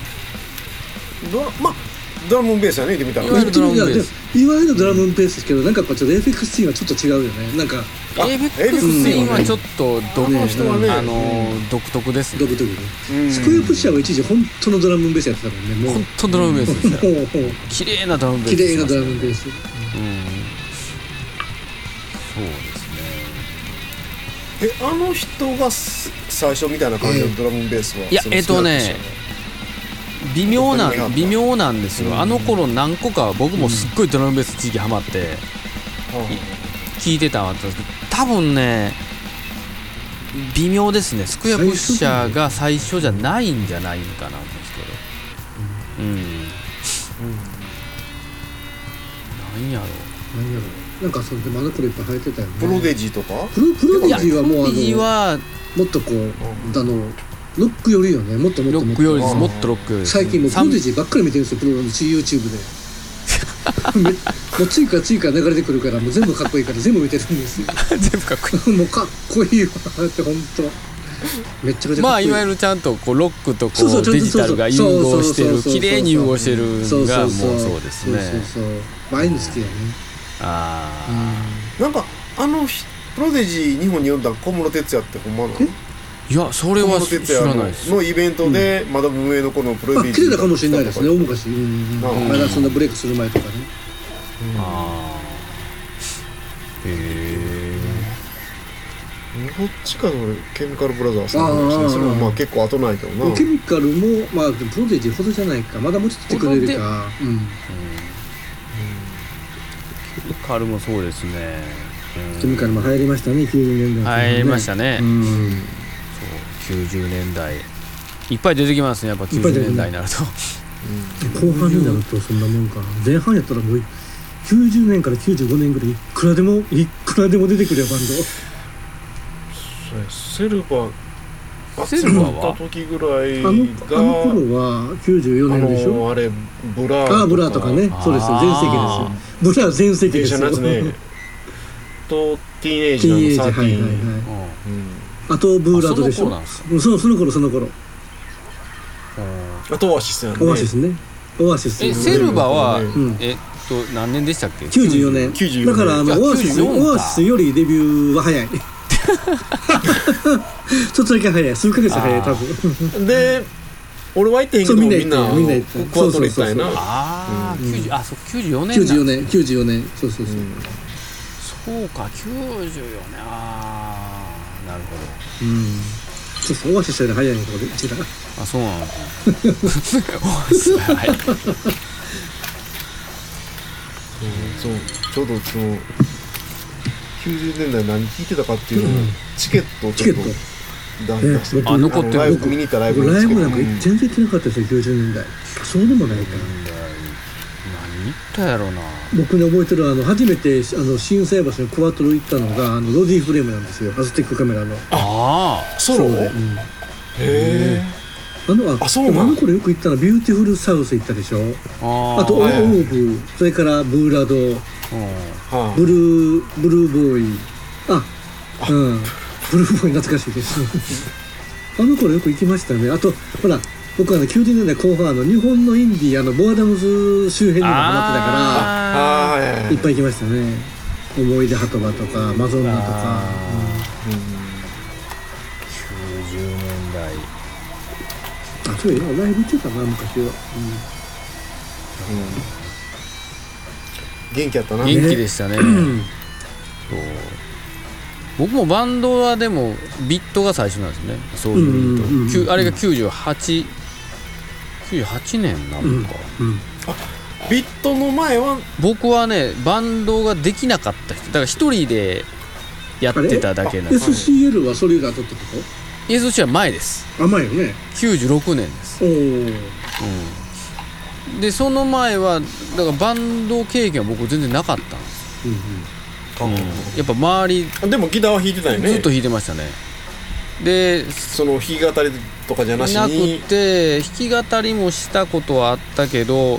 な。
ドラムベースやね、見たら。
いわゆるドラムベース。
いわゆるドラムベースですけど、なんかちょっと AFX はちょっと違うよね。なんか
AFX はちょっと独特ですね。
独特で。スクエアプッシャーは一時本当のドラムベースやってたもんね。
本当ドラムベースですよ。綺麗なドラムベース。
綺麗なドラムベース。
そうですね。
あの人が最初みたいな感じのドラムベースは。
いや微妙なんですよ。あの頃何個か僕もすっごいドラムベース地域ハマって聞いてたんですけど、多分ね微妙ですね。スクエアプッシャーが最初じゃないんじゃないかなと思うんですけど。なんやろ
なんかそれであの頃いっぱい流行ってたよね。
プロデジーとか。
プロデジーはもうもっとこうロックよりよね。もっと
ロックよりです。もっとロックよりです。
最近もうプロデジーばっかり見てるんですよ。プロの YouTube でもうついから流れてくるから、もう全部かっこいいから全部見てるんですよ。
全部かっこいい。
もうかっこいいわって本当。めっちゃくちゃかっこいい。
いわゆるちゃんとこうロックとこうデジタルが融合してる、綺麗に融合してるのがもうそうですね。
ああいうの好きやね。
なんかプロデジー日本に呼んだ小室哲哉ってほんまなの？
いや、それは知らないです。
のイベントでまだ無名の頃のプロデジー。
綺麗だかもしれないですね。大昔。まだそんなブレイクする前とかね。
こっちか俺ケミカルブラザーズなんですね。それも結構後ないけどな。
ケミカルもプロデジーほどじゃないか。まだもうちょっと来てくれるか。
ケミカルもそうですね。
ケミカルも入りましたね。90年代。
入りましたね。90年代いっぱい出てきますね。やっぱ90年代になると
後半になるとそんなもんかな。前半やったらもう90年から95年ぐらいいくらでも出てくるよバンド。
セルバーは時ぐらいが
あの頃は94年でしょ。
あれブラ
ーとかね。そうですよ。全盛期ですよ。ブラー全盛期ですよ。
とティーンエイジの13。
あとブーラートでしょ。その頃。
あとオアシスやね。
オアシスね。
セルバーは何年でしたっけ
？94年。だからオアシスよりデビューは早い。ちょっとだけ早い。数ヶ月早い多分。
で俺は行ってへんけどみんなクワトロ行ったんやな。
そう94年。
94年。そう。
そうか、94年。なるほど。
そうオアシスより早いのこれうちら。
そうなの。オアシス早い。
そうちょうどその90年代何聴いてたかっていうのをチケットをちょっと出して
残ってる。
僕見に行ったライブ
なんか全然行ってなかったですよ90年代。 そうでもないかな。
何言ったやろうな。
僕に覚えてる初めて心斎橋のクワトロ行ったのがロディフレームなんですよ。アズテックカメラの。
ああ、ソロ。へえ。そうなの。
あの頃よく行ったのはビューティフルサウス行ったでしょ。あとオーブ、それからブーラド、ブルーボーイ、ブルーボーイ懐かしいですあの頃よく行きましたね。あとほら僕90年代後半日本のインディボアダムズ周辺にもハマってたからいっぱい行きましたね。思い出鳩場とかマゾンナとか、
90年代
そういうライブ行ってたな昔は。
元気やったな。
元気でしたね。そう僕もバンドはでもビットが最初なんですね。そういう意味と、あれが98年なのか。
ビットの前は
僕はねバンドができなかった人だから一人でやってただけなんです。
SCL はそれがとったとこ
？SCL は前です。
前よね。
96年です。でその前はだからバンド経験は僕全然なかったんです。やっぱ周り
でもギターは弾いてたよね。
ずっと弾いてましたね。で
その弾き語りとかじゃなしに
なくて弾き語りもしたことはあったけど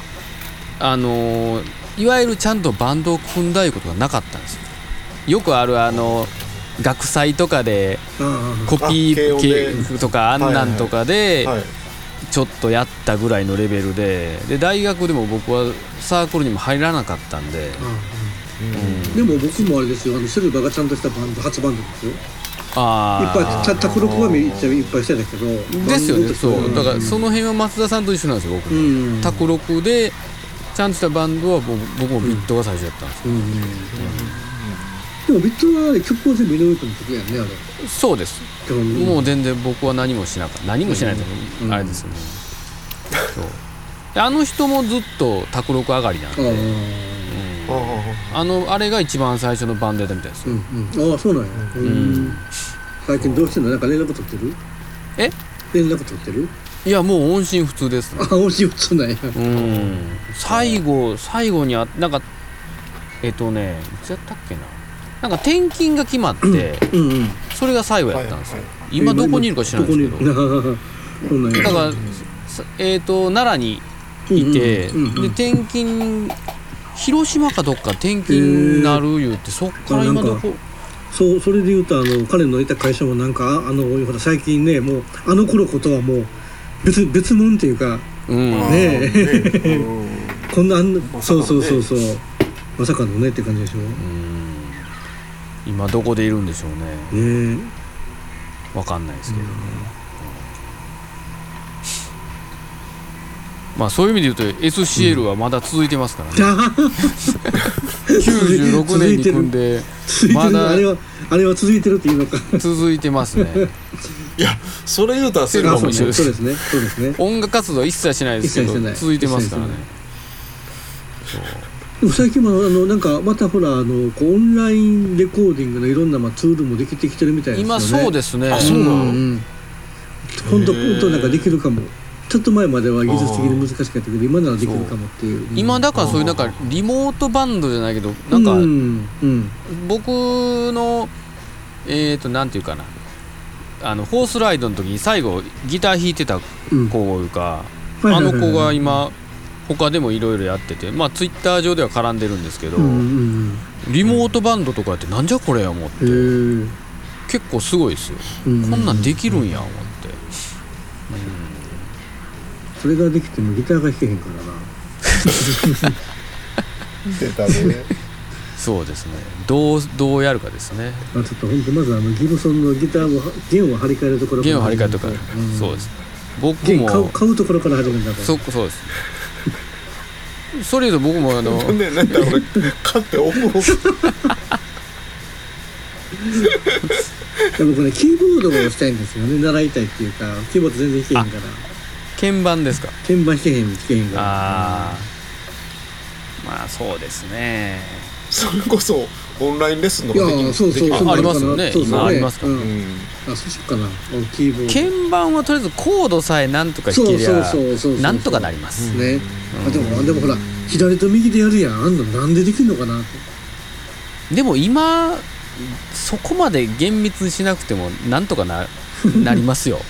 いわゆるちゃんとバンドを組んだいうことがなかったんですよ。よくある学祭とかでコピー系とかあんなんとかでちょっとやったぐらいのレベルで大学でも僕はサークルにも入らなかったんで、
でも僕もあれですよシルバーがちゃんとしたバンド初バンドですよ。いっぱい卓録はめっちゃいっぱいしてたけど
ですよね。そうだからその辺は松田さんと一緒なんですよ僕も。卓録でちゃんとしたバンドは僕もビットが最初だったんですよ。
でもビットは曲を全部井上君の曲やんねあれ。
そうです。もう全然僕は何もしないとあれですよね。そうあの人もずっと卓録上がりなんで、あれが一番最初のバンドやったみたいですよ。
そうなんや。最近どうしてんの？なんか連絡取ってる？連絡取ってる？
いやもう音信不通ですね。
音信不通なんや。
最後になんかいつやったっけな。なんか転勤が決まって、それが最後やったんですよ。今どこにいるか知らないですけど。だから奈良にいて、で転勤広島かどっか転勤になる言うて、そっから今どこ。
それで言うと彼のいた会社もなんかほら最近ねもう頃ことはもう別物っていうかこんなそうまさかのねって感じでしょ。
今どこでいるんでしょうね。わかんないですけどね。まあそういう意味で言うと SCL はまだ続いてますからね。96年に組んでまだ
あれは続いてるっていうのか。
続いてますね。
いやそれ言うたらセルフも一緒です。
そうですね。
音楽活動は一切しないですけど続いてますからね。
でも最近もなんかまたほらオンラインレコーディングのいろんなツールもできてきてるみたいですよね。
今そうですね。
そうなの。本当なんかできるかも。ちょっと前までは技術的に難しかったけど今ならできるかもっていう。
今だからそういうなんかリモートバンドじゃないけどなんか僕のなんていうかなホースライドの時に最後ギター弾いてた子いうか子が今他でもいろいろやっててツイッター上では絡んでるんですけどリモートバンドとかやってなんじゃこれや思って結構すごいですよ。こんなんできるんや思って。
それができてもギターが弾けへんからな。
出たね。
そうですね。どうやるかですね。
ちょっと本当まずギブソンのギターを弦を張り替えるところから。
弦を張り替えるところ。そうです。僕も
買うところから始めるんだから。
そうです。それ言うと僕も
なんだ俺買って思う。
僕ねキーボードをしたいんですよね。習いたいっていうかキーボード全然弾けへんから。
鍵盤ですか？
鍵盤弾けへんから。
まあそうですね。
それこそオンラインレッスンとかできる。
そう
ありますよね。今ありますか。
そうしようかな。キーボード
鍵盤はとりあえずコードさえなんとか弾けりゃなんとかなります
ね。でもほら左と右でやるやん。あんのなんでできるのかなと。
でも今そこまで厳密にしなくてもなんとかなりますよ。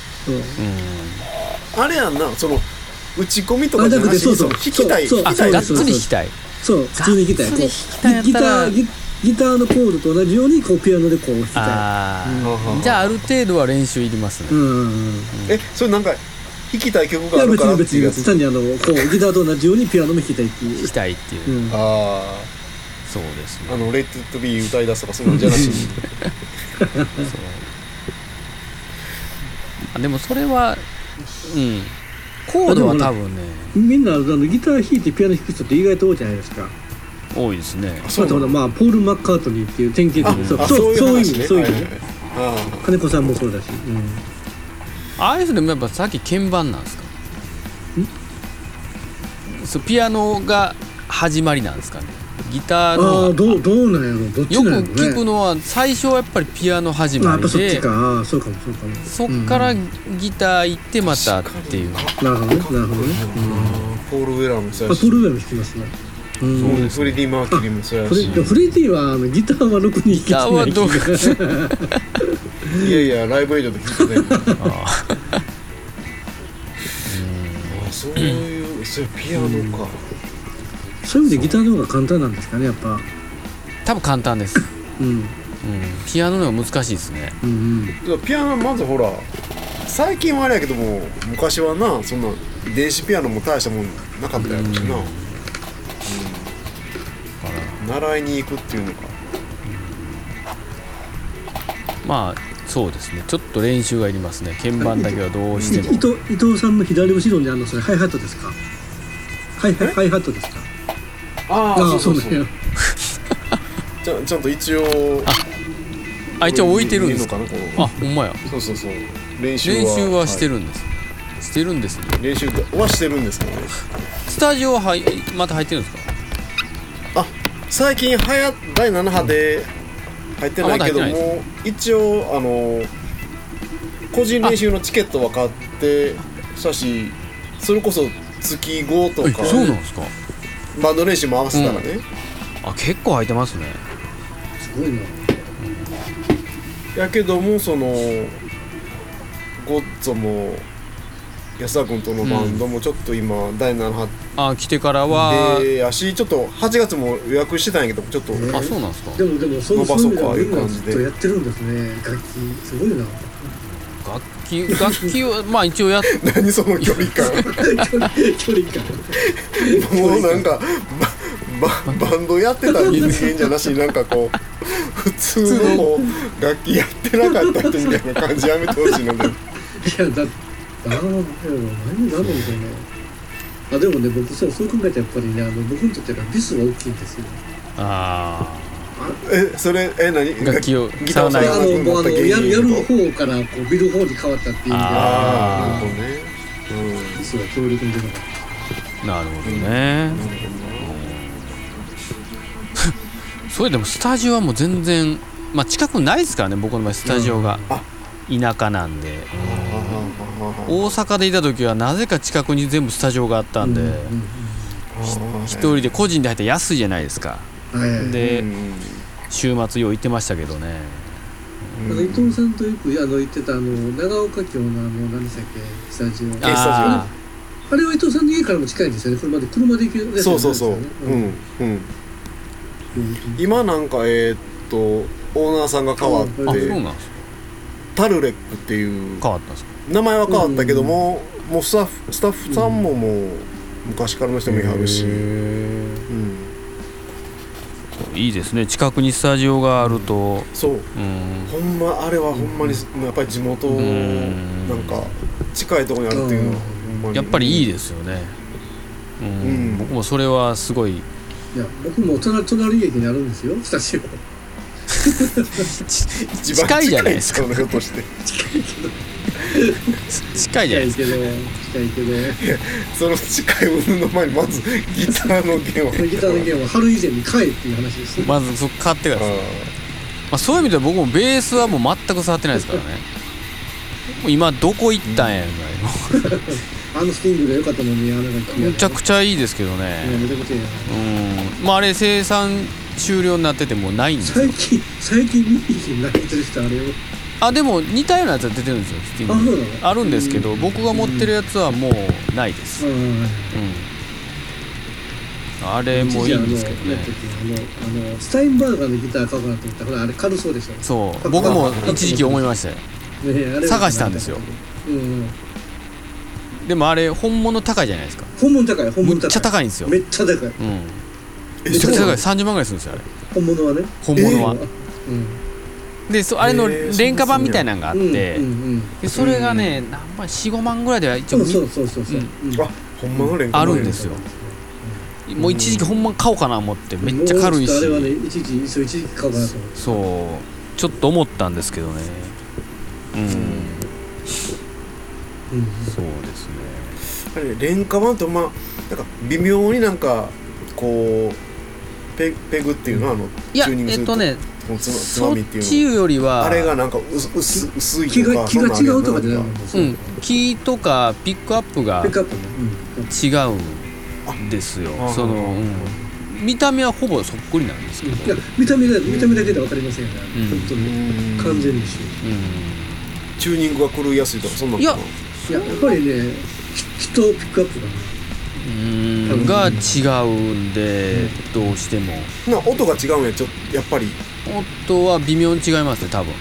あれやんな、その打ち込みとかじゃなくて、弾きたい、
がっつり弾きたい。
そう普通に弾きたい。ギターのコードと同じようにこうピアノでこう弾きたい。
じゃあある程度は練習いりますね。
それなんか弾きたい曲があるからっていうやつ。
単にこうギターと同じようにピアノも弾きたいっていう。
弾きたいっていう。そうですね。
レッド・イット・ビー歌い出すとかそんなんじゃなしに。
でもそれはコードは多分ね、
みんなギター弾いてピアノ弾く人って意外と多いじゃないですか。
多いですね。
まあポール・マッカートニーっていう典型的なそういう意味金子さんもそうだし。
ああいう人でもやっぱさっき鍵盤なんですか。そうピアノが始まりなんですかね。ギターの
どうなんやろ。どっちなんやろね。
よく聞くのは最初はやっぱりピアノ始まりで、
そっちか。そうかも。
そっからギター行ってまたっていう。
なるほどね。
ポール・ウェラーもそうやし。
ポール・ウェラーも弾きますね。
そうです。フレディ・マーキュリーもそうやし。
フレディはギターはろくに弾けてない。
いやライブエイドで弾いてない。そういうピアノか。
そういう意味でギターの方が簡単なんですかね、やっぱ。
多分簡単です。ピアノの方が難しいですね。
ピアノまずほら最近はあれやけども、昔はなそんな電子ピアノも大したもんなかったやろしな。習いに行くっていうのか。
まあそうですね。ちょっと練習がいりますね。鍵盤だけはどうしても。
伊藤さんの左後ろにあるのそれハイハットですか。ハイハットですか。そうね。
ちゃんと一応
一応置いてるんですか。ほんまや。
そう練習
はしてるんです。してるんですね。
練習はしてるんですけどね。
スタジオはまた入ってるんですか。
最近第7波で入ってないけども、一応個人練習のチケットは買ってしたし、それこそ月5とか。
そうなんですか。
バンド練習も合わせたらね。
結構入ってますね。
すごいな。
やけどもそのゴッツォも安田君とのバンドもちょっと今第7波
来てからは
でやし、ちょっと8月も予約してたんやけどちょっと
そうなんですか。
でもそう
伸ばそうかいう感じで
やってるんですね。楽器すごいな。
楽器はまあ一応
何その距離感
距離感
もうなんかバンドやってた人間じゃなしになんかこう普通の楽器やってなかった人みたいな感じやめてほしいので。いや
何なんだろうな。でもね、僕そう考えたらやっぱりね、僕にとってはビスは大きいんですよ。
それ何
楽器を
ギターを
やる方からこう見る方に変わったっていう意味では、
なるほどね。
ビスは強力に出なかった。
なるほどね。それでもスタジオはもう全然近くないですからね。僕の場合スタジオが田舎なんで、大阪でいた時はなぜか近くに全部スタジオがあったんで、一人で個人で入って安いじゃないですか。で週末よう行ってましたけどね。
伊藤さんとよく言ってた長岡京の何でしたっけ、スタジオ。あれは伊藤さんの家からも近いんですよね。車で行ける。
そう今なんかオーナーさんが変わって、タルレックっていう
変わったんですか。
名前は変わったけども、もうスタッフさんももう昔からの人もいはるし、
いいですね。近くにスタジオがあると、
ほんまあれはほんまにやっぱり地元なんか近いところにあるっていうのはほんまに
やっぱりいいですよね。僕もそれはすごい。
いや僕も隣駅にあるんですよ、スタジオ。
近いじゃないですか。
ひょっとして
近いじゃないですか。
近いけど
その近い運の前にまずギターの弦を
春以前に買えっていう話です。
まずそこ買ってからです。そういう意味では僕もベースはもう全く触ってないですからね。もう今どこ行ったんやみたいな
スティングでよかったのに
めちゃくちゃいいですけどね。
めちゃくちゃいい
な。あれ生産終了になっててもうないんですよ。
最近見になってる人あれよ。
でも似たようなやつは出てるんですよ。スティングあるんですけど、僕が持ってるやつはもうないです。あれもいいんですけどね。
スタインバーガーのギター買おうかなと思ったら、ほらあれ軽そうでしょ。
そう僕も一時期思いましたよ。探したんですよ。でもあれ本物高いじゃないですか。
本物高い。
めっちゃ高いんですよ。
めっちゃ高い。
めっちゃ高い。30万ぐらいするんですよあれ。
本物はね。
本物は。であれの廉価版みたいなのがあって、でそれがね何万4、5万ぐらいでは一応
そう
ほんまの廉価版
あるんですよ。もう一時期ほんま買おうかな思ってめっちゃ軽いし、
あれはね一時期買おうかなと思って、
そうちょっと思ったんですけどね。そうですね。
あれ廉価版ってなんか微妙になんかこうペグっていうのは
チュ
ーニングするとつまみっていうの
そっちよりは
あれがなんか薄いとか
気が違うとかじゃない。
キーとかピックアップが違うんですよ。見た目はほぼそっくりなんですけど、
いや見た目だけで分かりませんよね。本当に完全に
チューニングが狂いやすいとかそんなのかな。
いややっぱりねきっとピックアップ
が違うんで、どうしても
音が違うんや。やっぱり
音は微妙に違いますね多分。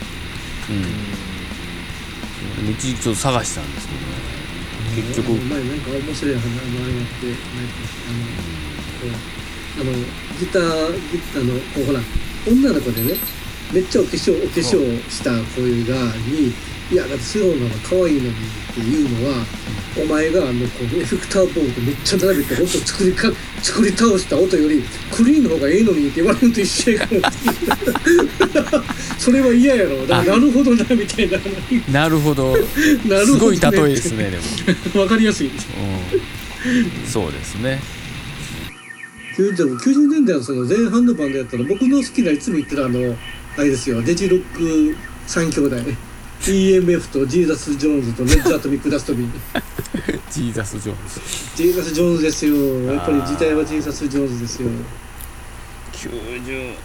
一時期ちょっと探したんですけどね、結局
前なんか面白い話あれやってギターのこうほら女の子でねめっちゃお化粧した子がにいやだってスローなの可愛いのにっていうのは、お前がこのエフェクターボードめっちゃ並べて音作り倒した音よりクリーンの方がええのにって言われるのと一緒やからそれは嫌やろ。だからなるほどなみたいな。
なるほどすごい例えですね。で
も分かりやすいです、
そうですね。
90年代のその前半のバンドやったら僕の好きないつも言ってるあれですよ、デジロック3兄弟EMF とジーザス・ジョーンズとレッド・アトミック・ダストビン
ジーザス・ジョーン
ズですよ。やっぱり時代はジーザス・ジョーンズですよ。
90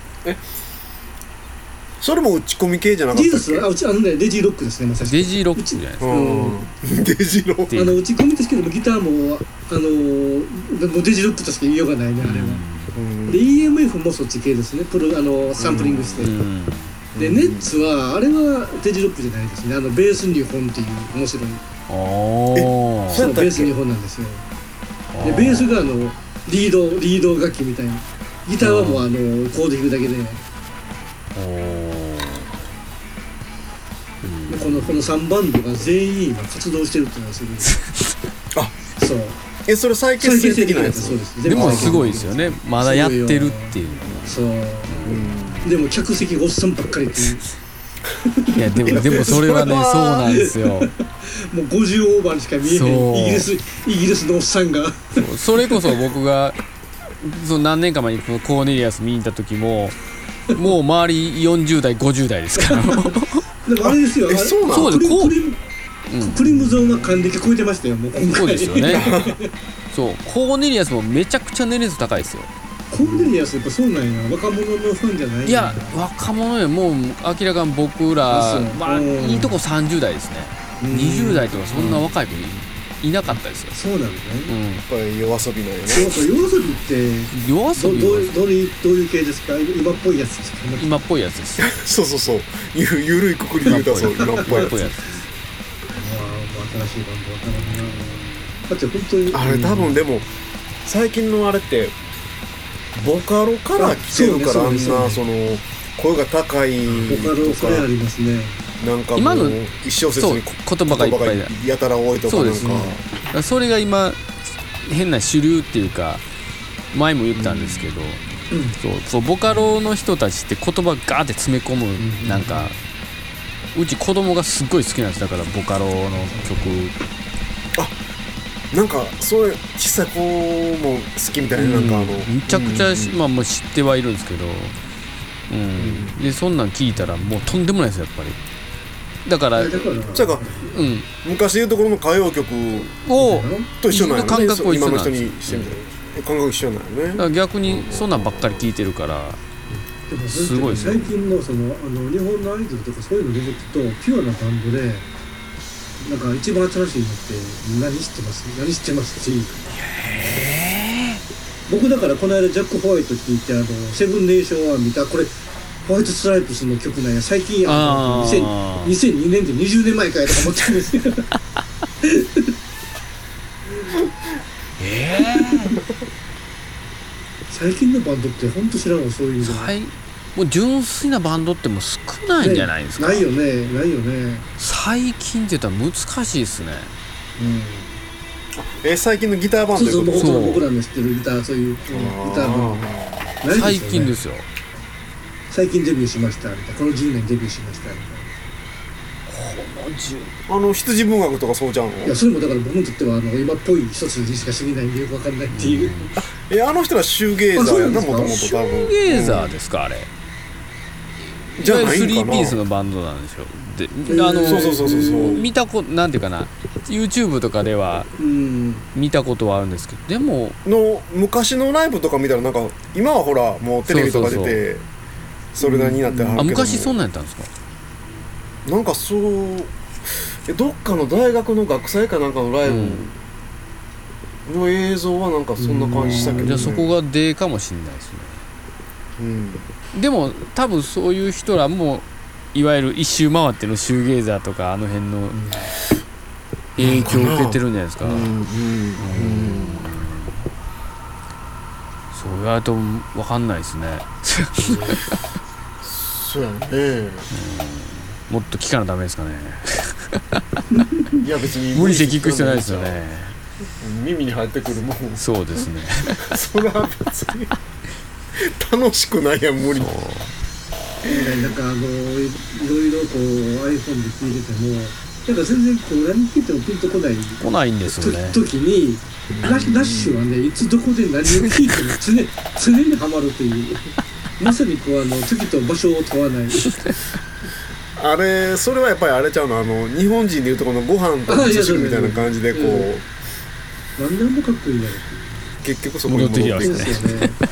それも打ち込み系じゃなかったっけ。
ジーザスはデジロックですね。まさしく
デジロックじゃないですか。
デジロック
打ち込みですけどもギターももうデジロックとしか言いようがないねあれは。で EMF もそっち系ですね。サンプリングして、でネッツはあれはデジロックじゃないですね。ベース2本っていう面白いそのベース2本なんですよ。でベースがリード楽器みたいな、ギターはもうコード弾くだけで、この3バンドが全員今活動してるっていうのはすごいそう
それ再結成的なやつ。
そうです。
でもすごいですよね。まだやってるっていうのは。
そう、でも客席おっさんばっかりっていう
いやでもそれはねそうなんですよ。もう
50オーバーにしか見えへんイギリスのおっさんが
それこそ僕が何年か前にこのコーネリアス見に行った時ももう周り40代50代ですからでも
あれですよ。
そうです。
クリムゾンは還暦超えてましたよ。もう
そうですよねそうコーネリアスもめちゃくちゃ年齢高いですよ。
コーネリアスやっぱそうなんや。若者のファンじゃない。
いや若者よ。もう明らかに僕らいいとこ30代ですね。20代とかそんな若い子いなかったですよ。
そうなのね。
やっぱり夜遊びなんよね。
夜遊びってどういう系ですか。今っぽいやつですか。
今っぽいやつです。
そうゆるいくくりで言うたらそう今っぽいやつ。
新しいバンドわからんな。だって本当に
あれ多分でも最近のあれってボカロから来てるから、あんなその声が高い
ボカロそれありますね。
なんかもう一小節に
言葉がいっぱい
やたら多いとかなんか、
そうですね。それが今変な主流っていうか前も言ったんですけど、そうボカロの人たちって言葉ガーって詰め込むなんかうち子供がすっごい好きなんです。だからボカロの曲。
なんかそういう小さい子も好きみたいな、なんか
むちゃくちゃ、まあもう知ってはいるんですけど、でそんなん聞いたらもうとんでもないですよやっぱり。だから
昔でいうところの歌謡曲と一緒なんやね。
感覚は一緒なんですよ。
今の人にしてみたら感覚一緒なんやね。
だから逆にそんなんばっかり聞いてるからすごいですよ。
最近の日本のアイドルとかそういうの出てくとピュアなバンドでなんか一番新しいのって何知ってますっていう。僕だからこの間ジャック・ホワイト聞いてセブンネーションは見た。これホワイトストライプスの曲なんや。最近2002年で20年前かやとか思ってるんですけど最近のバンドって本当知らんわ。そういうの
もう純粋なバンドってもう少ないんじゃないですか。
ないよね
最近って言ったら難しいですね。
最近のギターバンド。
そう僕らの知ってるギター、そういうギターバンド
最近ですよ。
最近デビューしましたみたいな。この10年デビューしましたみ
たいな。羊文学とかそうじゃんの。
いやそれもだから僕にとっては今っぽい一つにしか過ぎないんでよくわかんないっていう。
あの人らシューゲーザーやな、もともと。
シューゲーザーですか、あれ。じゃあ3ピースのバンドなんでしょ。でそう見たことなんていうかな、 YouTube とかでは見たことはあるんですけど、でも
昔のライブとか見たらなんか今はほらもうテレビとか出てそれなりになってはるけど、
昔そんなんやったんですか。
なんかどっかの大学の学祭かなんかのライブの映像はなんかそんな感じしたけど、ね、
じゃあそこが出かもしれないですね。でも多分そういう人らもいわゆる一周回ってのシューゲーザーとかあの辺の影響を受けてるんじゃないですか。そう言われると分かんないですね
そうやね。
もっと聞かなダメですかね
いや別に
無理して聞く必要ないですよね。
耳に入ってくるもん。
そうですね
それは別に楽しくないやん、無理。
なんかいろいろこう iPhone で聞いててもなんか全然こう何聞いてもピンとこない
んですよね。
時にラッシュはね、いつどこで何を聞いても常にハマるというまさにこう時と場所を問わない
それはやっぱりあれちゃうの、日本人でいうとこのご飯と味噌汁みたいな感じでこう
何でもかっこいいな
結局そこに戻ってきますよね。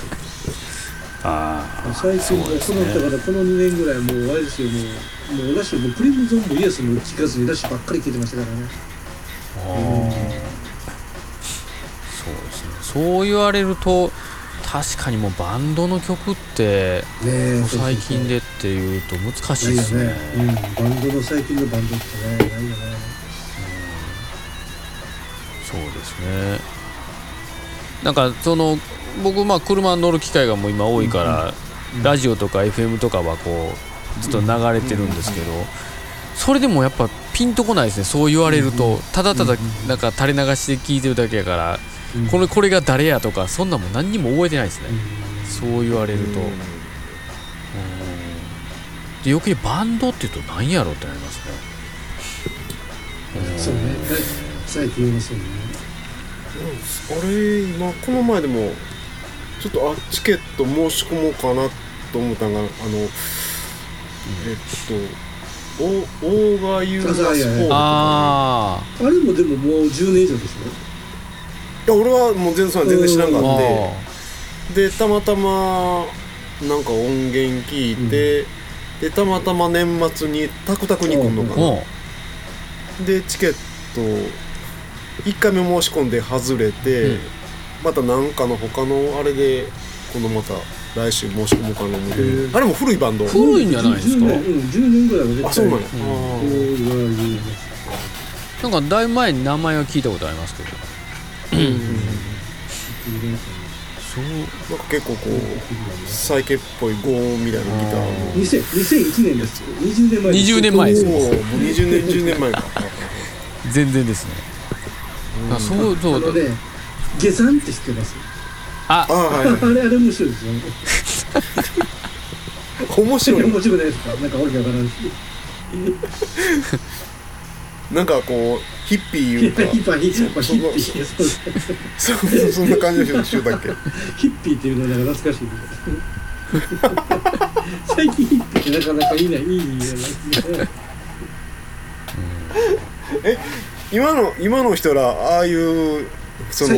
最近だからこの2年ぐらいもうあれですよ、もうラッシュもクリムゾンもイエスも聞かずにラッシュばっかり聞いてましたからね。
そうですね。そう言われると確かにもうバンドの曲って最近でっていうと難しいですね。
バンドの最近のバンドってねないよね。
そうですね。なんか僕車乗る機会がもう今多いから、ラジオとか FM とかはこうずっと流れてるんですけど、それでもやっぱピンとこないですね。そう言われるとただただなんか垂れ流しで聞いてるだけやから、これが誰やとかそんなもん何にも覚えてないですね。そう言われると、で余計バンドって言うと何やろうってなりますね。
そうね、最近はそうね。
今この前でもちょっとチケット申し込もうかなと思ったのがオーガユーザースポーツとか、
あれもでももう10年以上でし
ょ。いや俺はもう全然知らんかってでたまたまなんか音源聞いて、でたまたま年末にタクタクに来んのかな。でチケット1回目申し込んで外れて、またなんかの他のあれで今度また来週申し込もうかな思って、あれも古いバンド。
古いんじゃないですか。
10年ぐらいは絶対。
そうなんや。
なんかだいぶ前に名前は聞いたことありますけど、
そうなんか結構こうサイケっぽいゴーンみたいなギターの
2001年です。
20年前ですよ。
もう10年前か
全然ですね。そう
ね、下山って知ってます？
はい、
あれ面白いですよね。
面白い
ないですか？なんかわけわからんし。
なんかこうヒッピーいうかそんな感じの人だっけ
ヒッピーっていうのはなんか懐かしい最近ヒッピーってなかなかいいよ
ね今の人らああいうその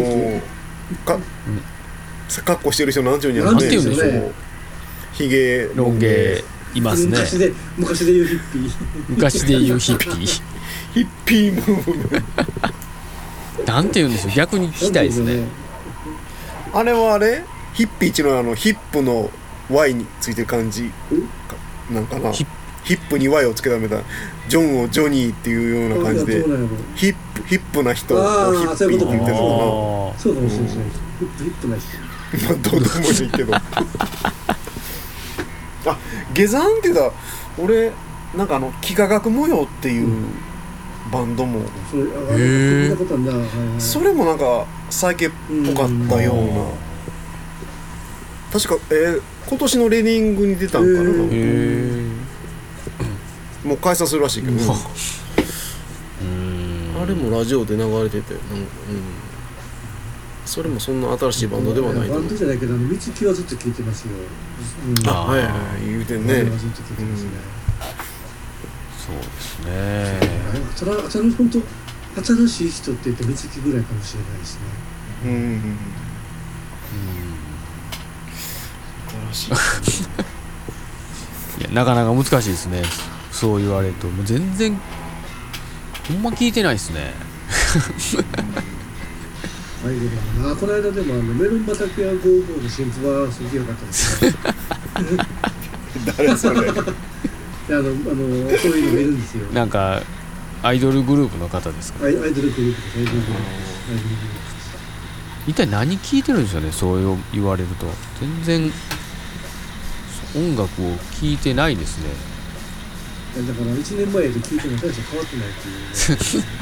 格好してる人なんていうんやろ
ね。なんていうんでしょう。
ヒゲ
ロン毛いますね。
昔で言うヒッピー。
昔で言うヒッピー。
ヒッピームーブメント。
なんて言うんでしょう。逆に聞きたいですね。
あれはあれ？ヒッピーっていうのはヒップの Y についてる感じなんかな。ヒップに Y をつけためたジョンをジョニーっていうような感じでヒップな人をヒッピーって言ってるのかな。
そうかもしれない。ヒップな人。
まあどうでもいいけど。あ、下山って言ったら俺なんか幾何学模様っていうバンドも、それもなんかサイケっぽかったような、確か今年のレディングに出たんかな。もう解散するらしいけど、あれもラジオで流れてて、それもそんな新しいバンドではないと思う。
バンドじゃないけど三月はずっと聴いてますよ。
はいはい言うてんね。
そうですね。
本当新しい人って言って三月ぐらいかもしれないですね。
新しい。
いやなかなか難しいですね。そう言われるともう全然ほんま聞いてないですね。
この間でもメロン畑や55の新婦はすごく良かったですね。
誰それ？
そういうの見るんですよ。
なんかアイドルグループの方ですか？
アイドルグループです。
一体何聞いてるんですよね。そう言われると全然音楽を聞いてないですね。
だから1年前と聞いても大して変わってないっていう、
そうですね。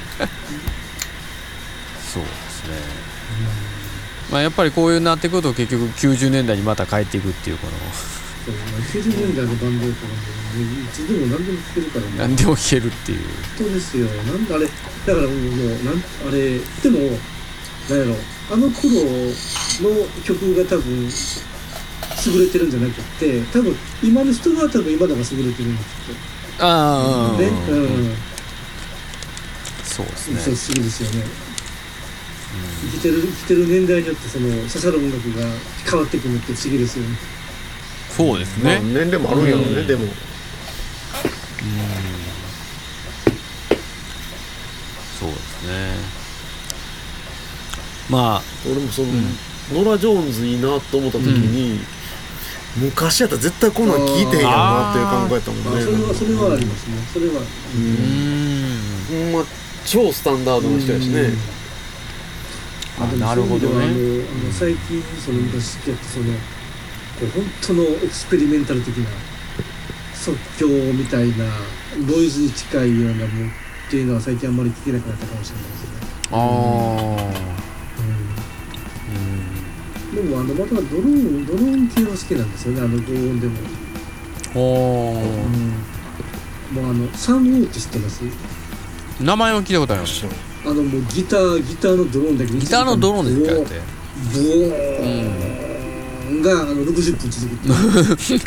まあやっぱりこういうなってくると結局90年代にまた帰っていくっていうこの
90年代のバンドとかいつでも何でも聴けるからね。
何でも聴けるっていう。
そうですよ。なんだあれだからもうあれでもなんやろあの頃の曲が多分優れてるんじゃなくて多分今の人が多分今だが優れてるんですけど。
ああ、
ね、
そうですね。
そう不思議ですよね。生きてる年代によってその刺さる音楽が変わってくるって不思議ですよね。
そうですね。
年齢もあるんやろね、でも。
そうですね。まあ
俺もその、ノラ・ジョーンズいいなと思った時に、昔やったら絶対こんなん聞いてへんやろなっていう考えたもんね。
それはありますね。それは
ほんま超スタンダードな人やしね。
なるほどね。
最近その昔好きやったその本当のエクスペリメンタル的な即興みたいなノイズに近いようなものっていうのは最近あんまり聞けなくなったかもしれないですね。でもまたドローン系は好きなんですよね。高音でも。もうサンウォーって知ってます？
名前は聞いたことあります。
もうギターのドローンだけ
ギターのドローンですかって。
ボーンが60分続くって。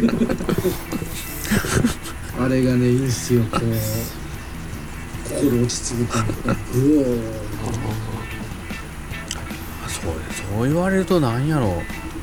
あれがねいいんすよ。こう心落ち着くとブオーン。
そう言われるとなんやろう。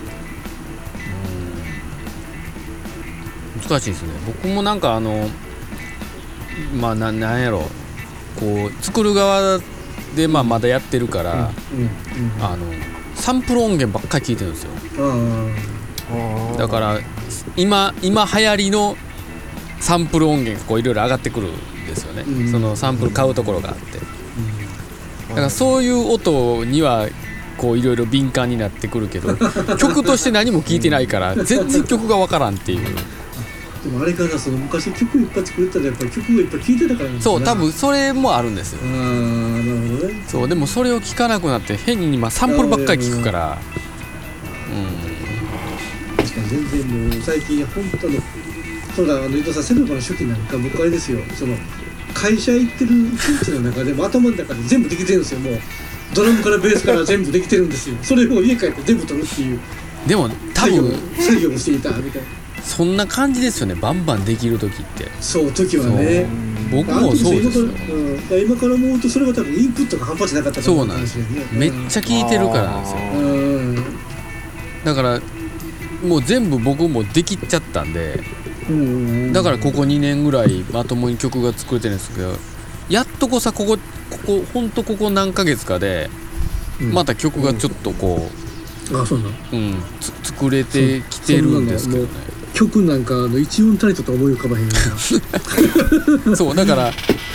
難しいですね。僕もなんかまあなんやろう。こう作る側でまだやってるから、サンプル音源ばっかり聞いてるんですよ。だから今流行りのサンプル音源がこういろいろ上がってくるんですよね。そのサンプル買うところがあって、だからそういう音にはこういろいろ敏感になってくるけど曲として何も聞いてないから全然曲がわからんっていう。
でもあれからその昔曲いっぱい作ったらやっぱり曲をいっぱい聴いてたからなんですね。
そう多分それもあるんですよ。
なるほどね。
そうでもそれを聞かなくなって変に今サンプルばっかり聞くから、
確かに全然もう最近本当のそうだ、伊藤さん、セルバの初期なんか僕あれですよ、その会社行ってる一日の中でも頭の中で全部できてるんですよ。もうドラムからベースから全部できてるんですよ。それを家帰って全部取るっていう。
でも多分
作業もしていたみたいな。
そんな感じですよね、バンバンできる時って。
そう時はね。
僕もそうですよ。
今から思うとそれは多分インプットが半端じゃなかったかもしれない。
そうなんです。めっちゃ聞いてるからなんですよ。だからもう全部僕もできちゃったんで、だからここ2年ぐらいまともに曲が作れてるんですけど、やっとこさここほんとここ何ヶ月かでまた曲がちょっとこう、
あ、そうなの、
作れてきてるんですけどね。
曲なんか一音たりとと思い浮かばへんような。
そうだから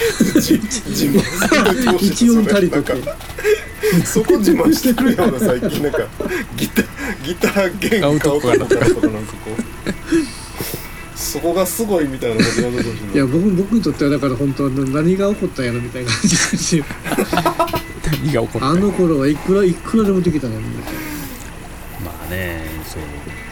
一音たりとって
そこ自慢してるような、最近なんかギター弦買おうかなとかなんかこうそこがすごいみたいな感じが出てほしい。
いや僕にとってはだから本当は何が起こったんやろみたいな感じがして、
何が起こった
あの頃はいくらでもできたのに。
まあね、そう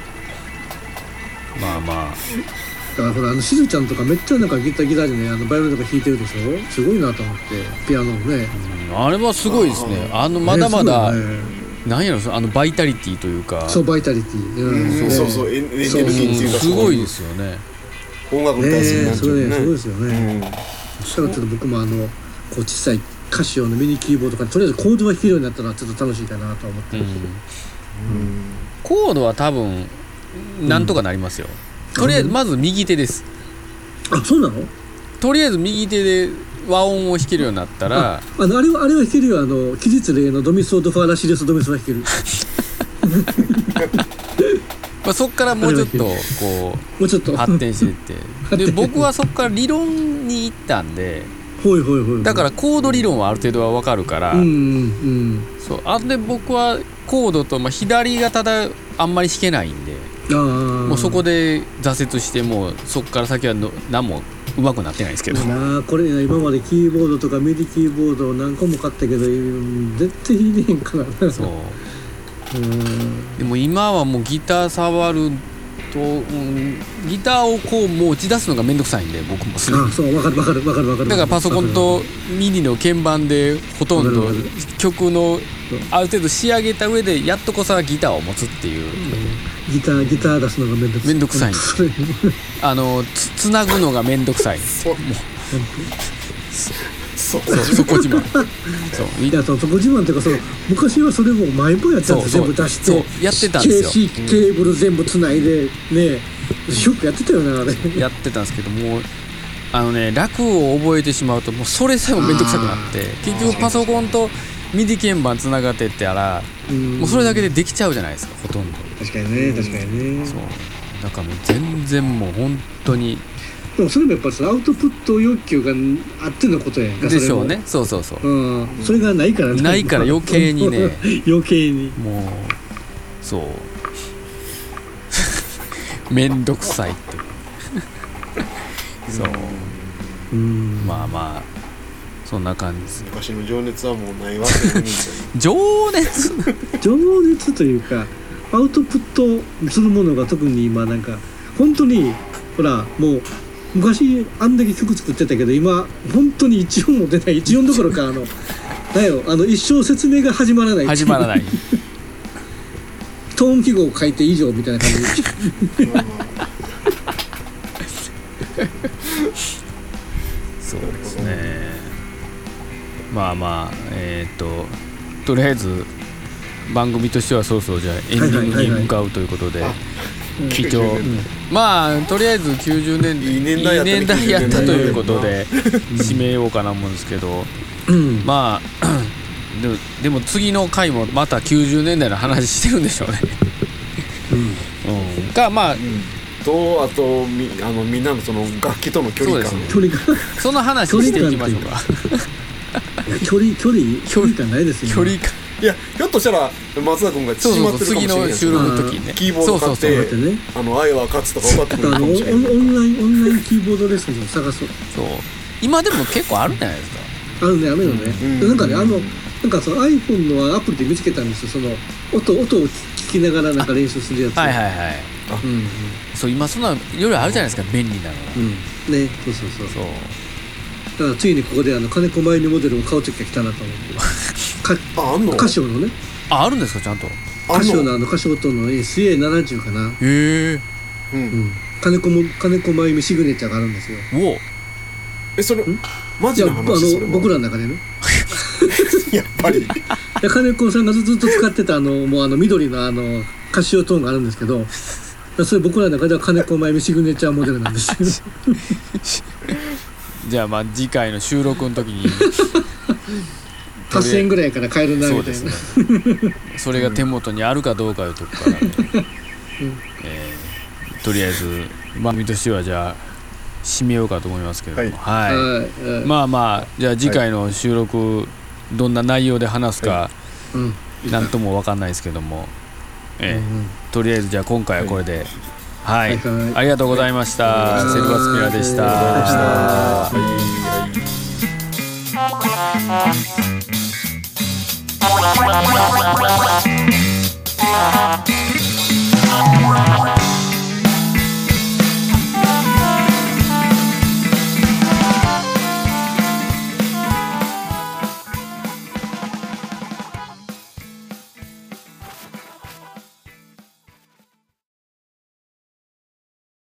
まあまあ
だからほらしずちゃんとかめっちゃなんかギターでね、バイオリンとか弾いてるでしょ。すごいなと思って、ピアノもね、
あれはすごいですね。まだまだ、なんやろ、バイタリティというか、
そうバイタリティ、
そうエネルギーっていうか
すごいですよね。
音楽に対するなんていう
ね、すごいですよね。だからちょっと僕もこう小さいカシオのミニキーボードからとりあえずコードが弾けるようになったらちょっと楽しいかなと思ってる。
コードは多分なんとかなりますよ。とりあえずまず右手です。
あ、そうなの？
とりあえず右手で和音を弾けるようになったら、
あれは弾けるよ。期日例のドミソドファラシレスドミソは弾ける。
まあそっからもうちょっとこうもうちょっと発展していってで僕はそっから理論に行ったんで、だからコード理論はある程度は分かるから、そうで僕はコードと、左がただあんまり弾けないんで、もうそこで挫折して、もうそこから先は何もうまくなってないんですけど。
これ今までキーボードとかミディキーボードを何個も買ったけど絶対弾いてへんからな。そうでも今はもうギター触ると、ギターをこう持ち出すのがめんどくさいんで、僕もすぐに。そう分かるだからパソコンとミディの鍵盤でほとんど曲のある程度仕上げた上でやっとこさギターを持つっていう、ギター出すのがめんどくさいつなぐのがめんどくさい。そこ自慢。いや、そこ自慢っていうか、昔はそれも前もやったんですよ。全部出して
やってたんですよ。
ケーブル全部つないでね、よくやってたよね、あれ。
やってたんですけども、楽を覚えてしまうともうそれさえもめんどくさくなって、結局パソコンとミディ鍵盤つながってってやら、もうそれだけでできちゃうじゃないですか、ほとんど。
確かにね。そう
だからもう全然もう本当に。
でもそれもやっぱアウトプット欲求があってのことやんか。
でしょうね。そう、そ
れがないから
余計にね
余計に
もうそうめんどくさいってそうまあそんな感じです。
昔の情熱はもうないわけで
情熱
というか、アウトプットするものが特に今なんか本当にほら、もう昔あんだけ曲作ってたけど、今本当に一音も出ない。一音どころか一生説明が始まらないトーン記号を書いて以上みたいな感じ
そうですね。まあとりあえず番組としてはそろそろじゃあエンディングに向かうということで、貴重、とりあえず90年いい年代やったということで締めようかな思うんですけど、でも次の回もまた90年代の話してるんでしょうね。
とあとみんなのその楽器との距離感、
その話していきましょうか。
距離感ないですよね。
距離感、いや、ひょっとしたら松田君が縮まってるかもしれない。
次の収録の時にね、
キーボード買って愛は勝つとか分かってくるかもしれない。
オンラインキーボードレッスンを探そう。
今でも結構あるんじゃないですか。
あるね、なんかね、なんかその iPhone のアプリで見つけたんですよ。その音を聞聞きながらなんか練習するやつ。
はいはいはい。そう今そんないろいろあるじゃないですか、便利なのが。
ね、そう。だからついにここで金子真由美モデルを買う時が来たなと思って。
あんの？
カシオのね。
あるんですかちゃんと。
カシオのカシオとの SA70 かな。
へえ。
金子真由美シグネチャーがあるんですよ。
それマジな話？それ
僕らの中でね。
やっぱり。
金子さんがずっと使ってたもう緑のカシオトーンがあるんですけど、それ僕らの中では金子真由美シグネチャーモデルなんですよ。
じゃあ次回の収録の時に
8000円ぐらいから買えるなみたいな。
それが手元にあるかどうかいうとこから、とりあえず番組としてはじゃあ締めようかと思いますけれども、まあじゃあ次回の収録どんな内容で話すかなんとも分かんないですけども、とりあえずじゃあ今回はこれで、ありがとうございました。セルバスピラでした。